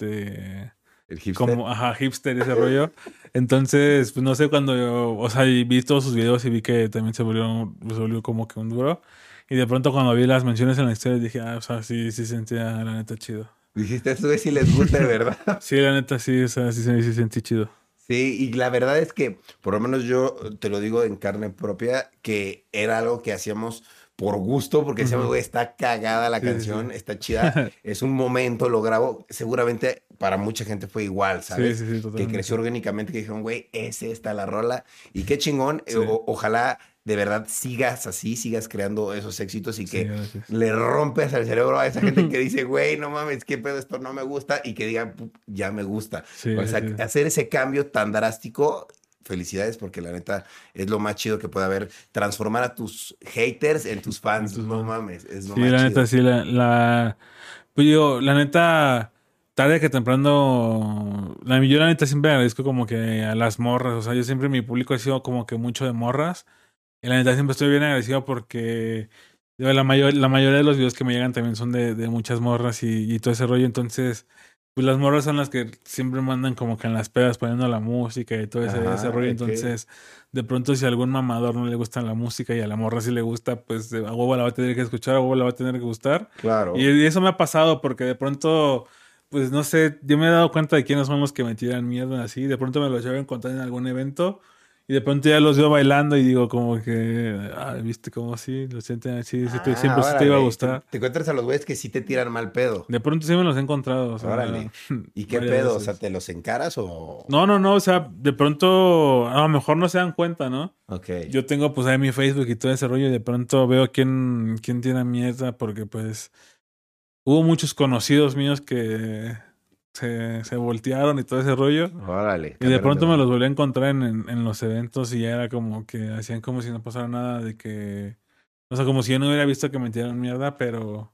este El hipster. como ajá, hipster y ese rollo. Entonces, pues no sé, cuando yo, o sea, y vi todos sus videos y vi que también se volvió, se volvió como que un duro. Y de pronto cuando vi las menciones en la historia dije, ah, o sea, sí, sí sentía la neta chido. Dijiste, eso es si les gusta de verdad. Sí, la neta sí, o sea, sí, sí, sí sentí chido. Sí, y la verdad es que, por lo menos yo te lo digo en carne propia, que era algo que hacíamos por gusto, porque decíamos, Ujú. güey, está cagada la Sí, sí, canción, sí. está chida, es un momento, lo grabo. Seguramente para mucha gente fue igual, Sí, ¿sabes? sí, sí, Que creció totalmente. orgánicamente, que dijeron, güey, es esta la rola. Y qué chingón, eh, Sí, o- ojalá de verdad sigas así, sigas creando esos éxitos y sí, que gracias. le rompes el cerebro a esa gente que dice, güey, no mames, qué pedo, esto no me gusta, y que diga, "Pu- ya me gusta". O Sí, sea, sí. hacer ese cambio tan drástico, felicidades, porque la neta es lo más chido que puede haber. Transformar a tus haters en tus fans, Entonces, no bueno. mames, es lo Sí, más la neta, chido. sí, la, la, pues yo, la neta, tarde que temprano, la, yo la neta siempre agradezco como que a las morras, o sea, yo siempre mi público ha sido como que mucho de morras, y la neta siempre estoy bien agradecido porque digo, la mayor, la mayoría de los videos que me llegan también son de, de muchas morras y, y todo ese rollo, entonces, pues las morras son las que siempre mandan como que en las pedas poniendo la música y todo ese, ese Ajá, rollo, ok. entonces, de pronto si a algún mamador no le gusta la música y a la morra sí le gusta, pues de- a huevo la va a tener que escuchar, a huevo la va a tener que gustar. Y, Claro. y eso me ha pasado porque de pronto, pues no sé, yo me he dado cuenta de quiénes son los que me tiran mierda así. De pronto me los llevo a encontrar en algún evento y de pronto ya los veo bailando y digo como que, ah, viste como así, lo sienten así, sí te- Ah, siempre sí te iba a órale. Te, gustar. te encuentras a los güeyes que sí te tiran mal pedo. De pronto sí me los he encontrado, o sea, Órale. ¿Y qué varias pedo? O sea, veces. ¿te los encaras o...? No, no, no, o sea, de pronto a lo mejor no se dan cuenta, ¿no? Ok, Yo tengo pues ahí mi Facebook y todo ese rollo y de pronto veo quién, quién tira mierda porque pues hubo muchos conocidos míos que se, se voltearon y todo ese rollo. órale, Y de cambiaron de pronto me los bando. volví a encontrar en, en, en los eventos y ya era como que hacían como si no pasara nada de que... O sea, como si yo no hubiera visto que me tiraron mierda, pero...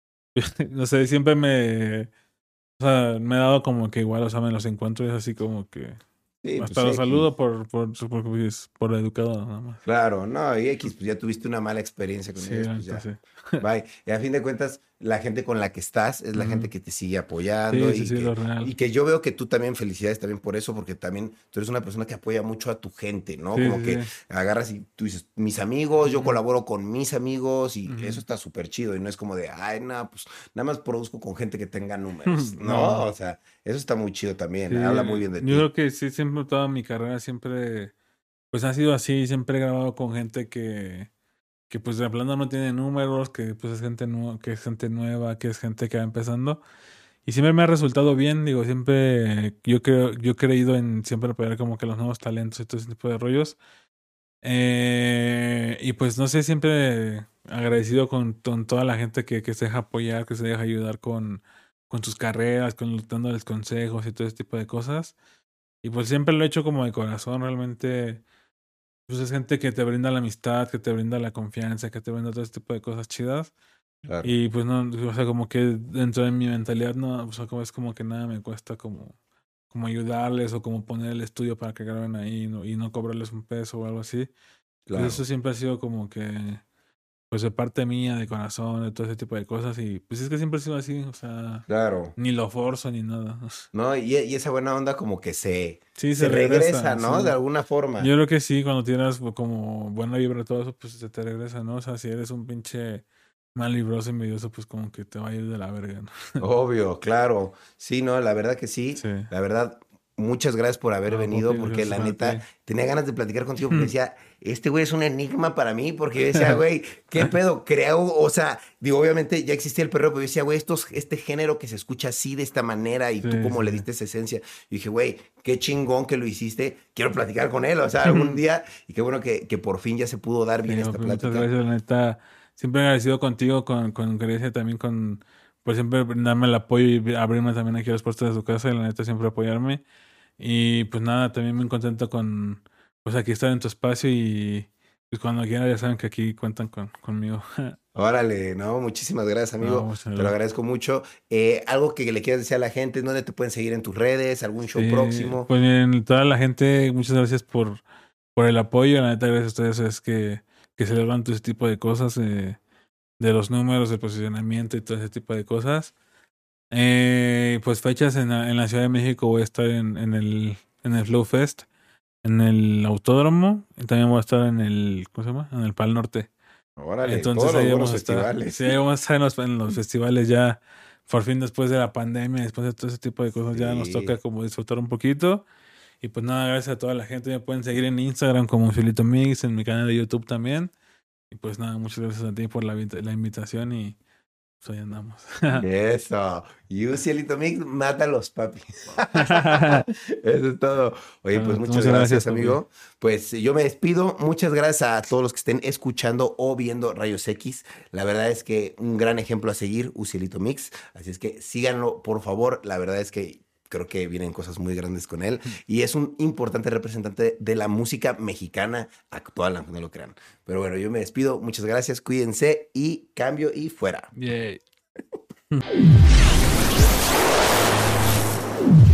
No sé, siempre me... O sea, me he dado como que igual, o sea, me los encuentro y es así como que... Sí, Hasta pues los X. saludo por, por, por, pues, por educado nada más. Claro, no, y X, pues ya tuviste una mala experiencia con Sí, ellos, la pues neta, ya. sí. Bye. Y a fin de cuentas, la gente con la que estás es la gente Ujú. que te sigue apoyando Sí, sí, y sí, que, lo real. y que yo veo que tú también, felicidades también por eso, porque también tú eres una persona que apoya mucho a tu gente, ¿no? Sí, Como sí, que sí. agarras y tú dices, mis amigos, yo Ujú, colaboro con mis amigos y eso ujú. está súper chido y no es como de, ay, no, pues nada más produzco con gente que tenga números, ¿no? No, O sea, eso está muy chido también, sí, habla muy bien de yo ti. creo que sí, siempre toda mi carrera siempre, pues ha sido así, siempre he grabado con gente que, que pues de plano no tiene números, que pues es gente nueva, que es gente nueva, que es gente que va empezando. Y siempre me ha resultado bien, digo, siempre yo creo, yo he creído en siempre apoyar como que los nuevos talentos y todo ese tipo de rollos. Eh, y pues no sé, siempre agradecido con, con toda la gente que, que se deja apoyar, que se deja ayudar con, con sus carreras, con dándoles consejos y todo ese tipo de cosas. Y pues siempre lo he hecho como de corazón, realmente. Pues es gente que te brinda la amistad, que te brinda la confianza, que te brinda todo este tipo de cosas chidas. Claro. Y pues no, o sea, como que dentro de mi mentalidad, no, o sea, como es como que nada me cuesta como, como ayudarles o como poner el estudio para que graben ahí no, y no cobrarles un peso o algo así. Pues eso Claro, siempre ha sido como que, pues de parte mía, de corazón, de todo ese tipo de cosas. Y pues es que siempre ha sido así, o sea, claro. ni lo forzo ni nada. ¿No? Y, y esa buena onda como que se, Sí, se se regresa, regresa, sí. ¿no? De alguna Yo forma. creo que sí, cuando tienes como buena vibra todo eso, pues se te regresa, ¿no? O sea, si eres un pinche mal vibroso y envidioso, pues como que te va a ir de la verga, ¿no? Obvio, claro. Sí, no, la verdad que sí. Sí. La verdad, muchas gracias por haber No, venido, porque porque la gracias a neta ti. tenía ganas de platicar contigo porque decía, este güey es un enigma para mí, porque yo decía, güey, ¿qué pedo? Creo, o sea, digo, obviamente ya existía el perreo, pero yo decía, güey, estos, este género que se escucha así, de esta manera, y Sí, tú cómo sí, le sí. diste esa esencia. Y dije, güey, qué chingón que lo hiciste, quiero platicar con él, o sea, algún día, y qué bueno que, que por fin ya se pudo dar bien Sí, esta pues, muchas plática. gracias, la neta. Siempre agradecido contigo, con, con Grecia, también con, por siempre darme el apoyo y abrirme también aquí las puertas de su casa y la neta siempre apoyarme. Y pues nada, también muy contento con, pues aquí estar en tu espacio y pues cuando quieran ya saben que aquí cuentan con, conmigo. Órale, no, muchísimas gracias, No, amigo. muchas Te lo gracias. agradezco mucho. Eh, algo que le quieras decir a la gente, ¿dónde te pueden seguir en tus redes? ¿Algún show Sí, próximo? pues bien, toda la gente, muchas gracias por, por el apoyo. La neta, gracias a ustedes es que, que celebran todo ese tipo de cosas, eh, de los números, del posicionamiento y todo ese tipo de cosas. Eh, pues fechas en la, en la Ciudad de México voy a estar en, en el, en el Flow Fest, en el Autódromo, y también voy a estar en el, ¿cómo se llama? En el Pal Norte. Órale, todos Entonces los ahí buenos vamos a estar. festivales. Sí, ahí vamos a estar en los, en los festivales ya, por fin después de la pandemia, después de todo ese tipo de cosas, ya nos toca Sí. como disfrutar un poquito. Y pues nada, gracias a toda la gente. Me pueden seguir en Instagram como Cielito Mix, en mi canal de YouTube también. Y pues nada, muchas gracias a ti por la, invita- la invitación y pues ahí andamos. Eso. Y un cielito mix, mátalos, papi. Eso es todo. Oye, pues Bueno, muchas muchas gracias, gracias, papi. amigo. Pues yo me despido. Muchas gracias a todos los que estén escuchando o viendo Rayos X. La verdad es que un gran ejemplo a seguir, Ucielito Mix. Así es que síganlo, por favor. La verdad es que creo que vienen cosas muy grandes con él. Y es un importante representante de la música mexicana actual, aunque no lo crean. Pero bueno, yo me despido. Muchas gracias. Cuídense y cambio y fuera. Yay.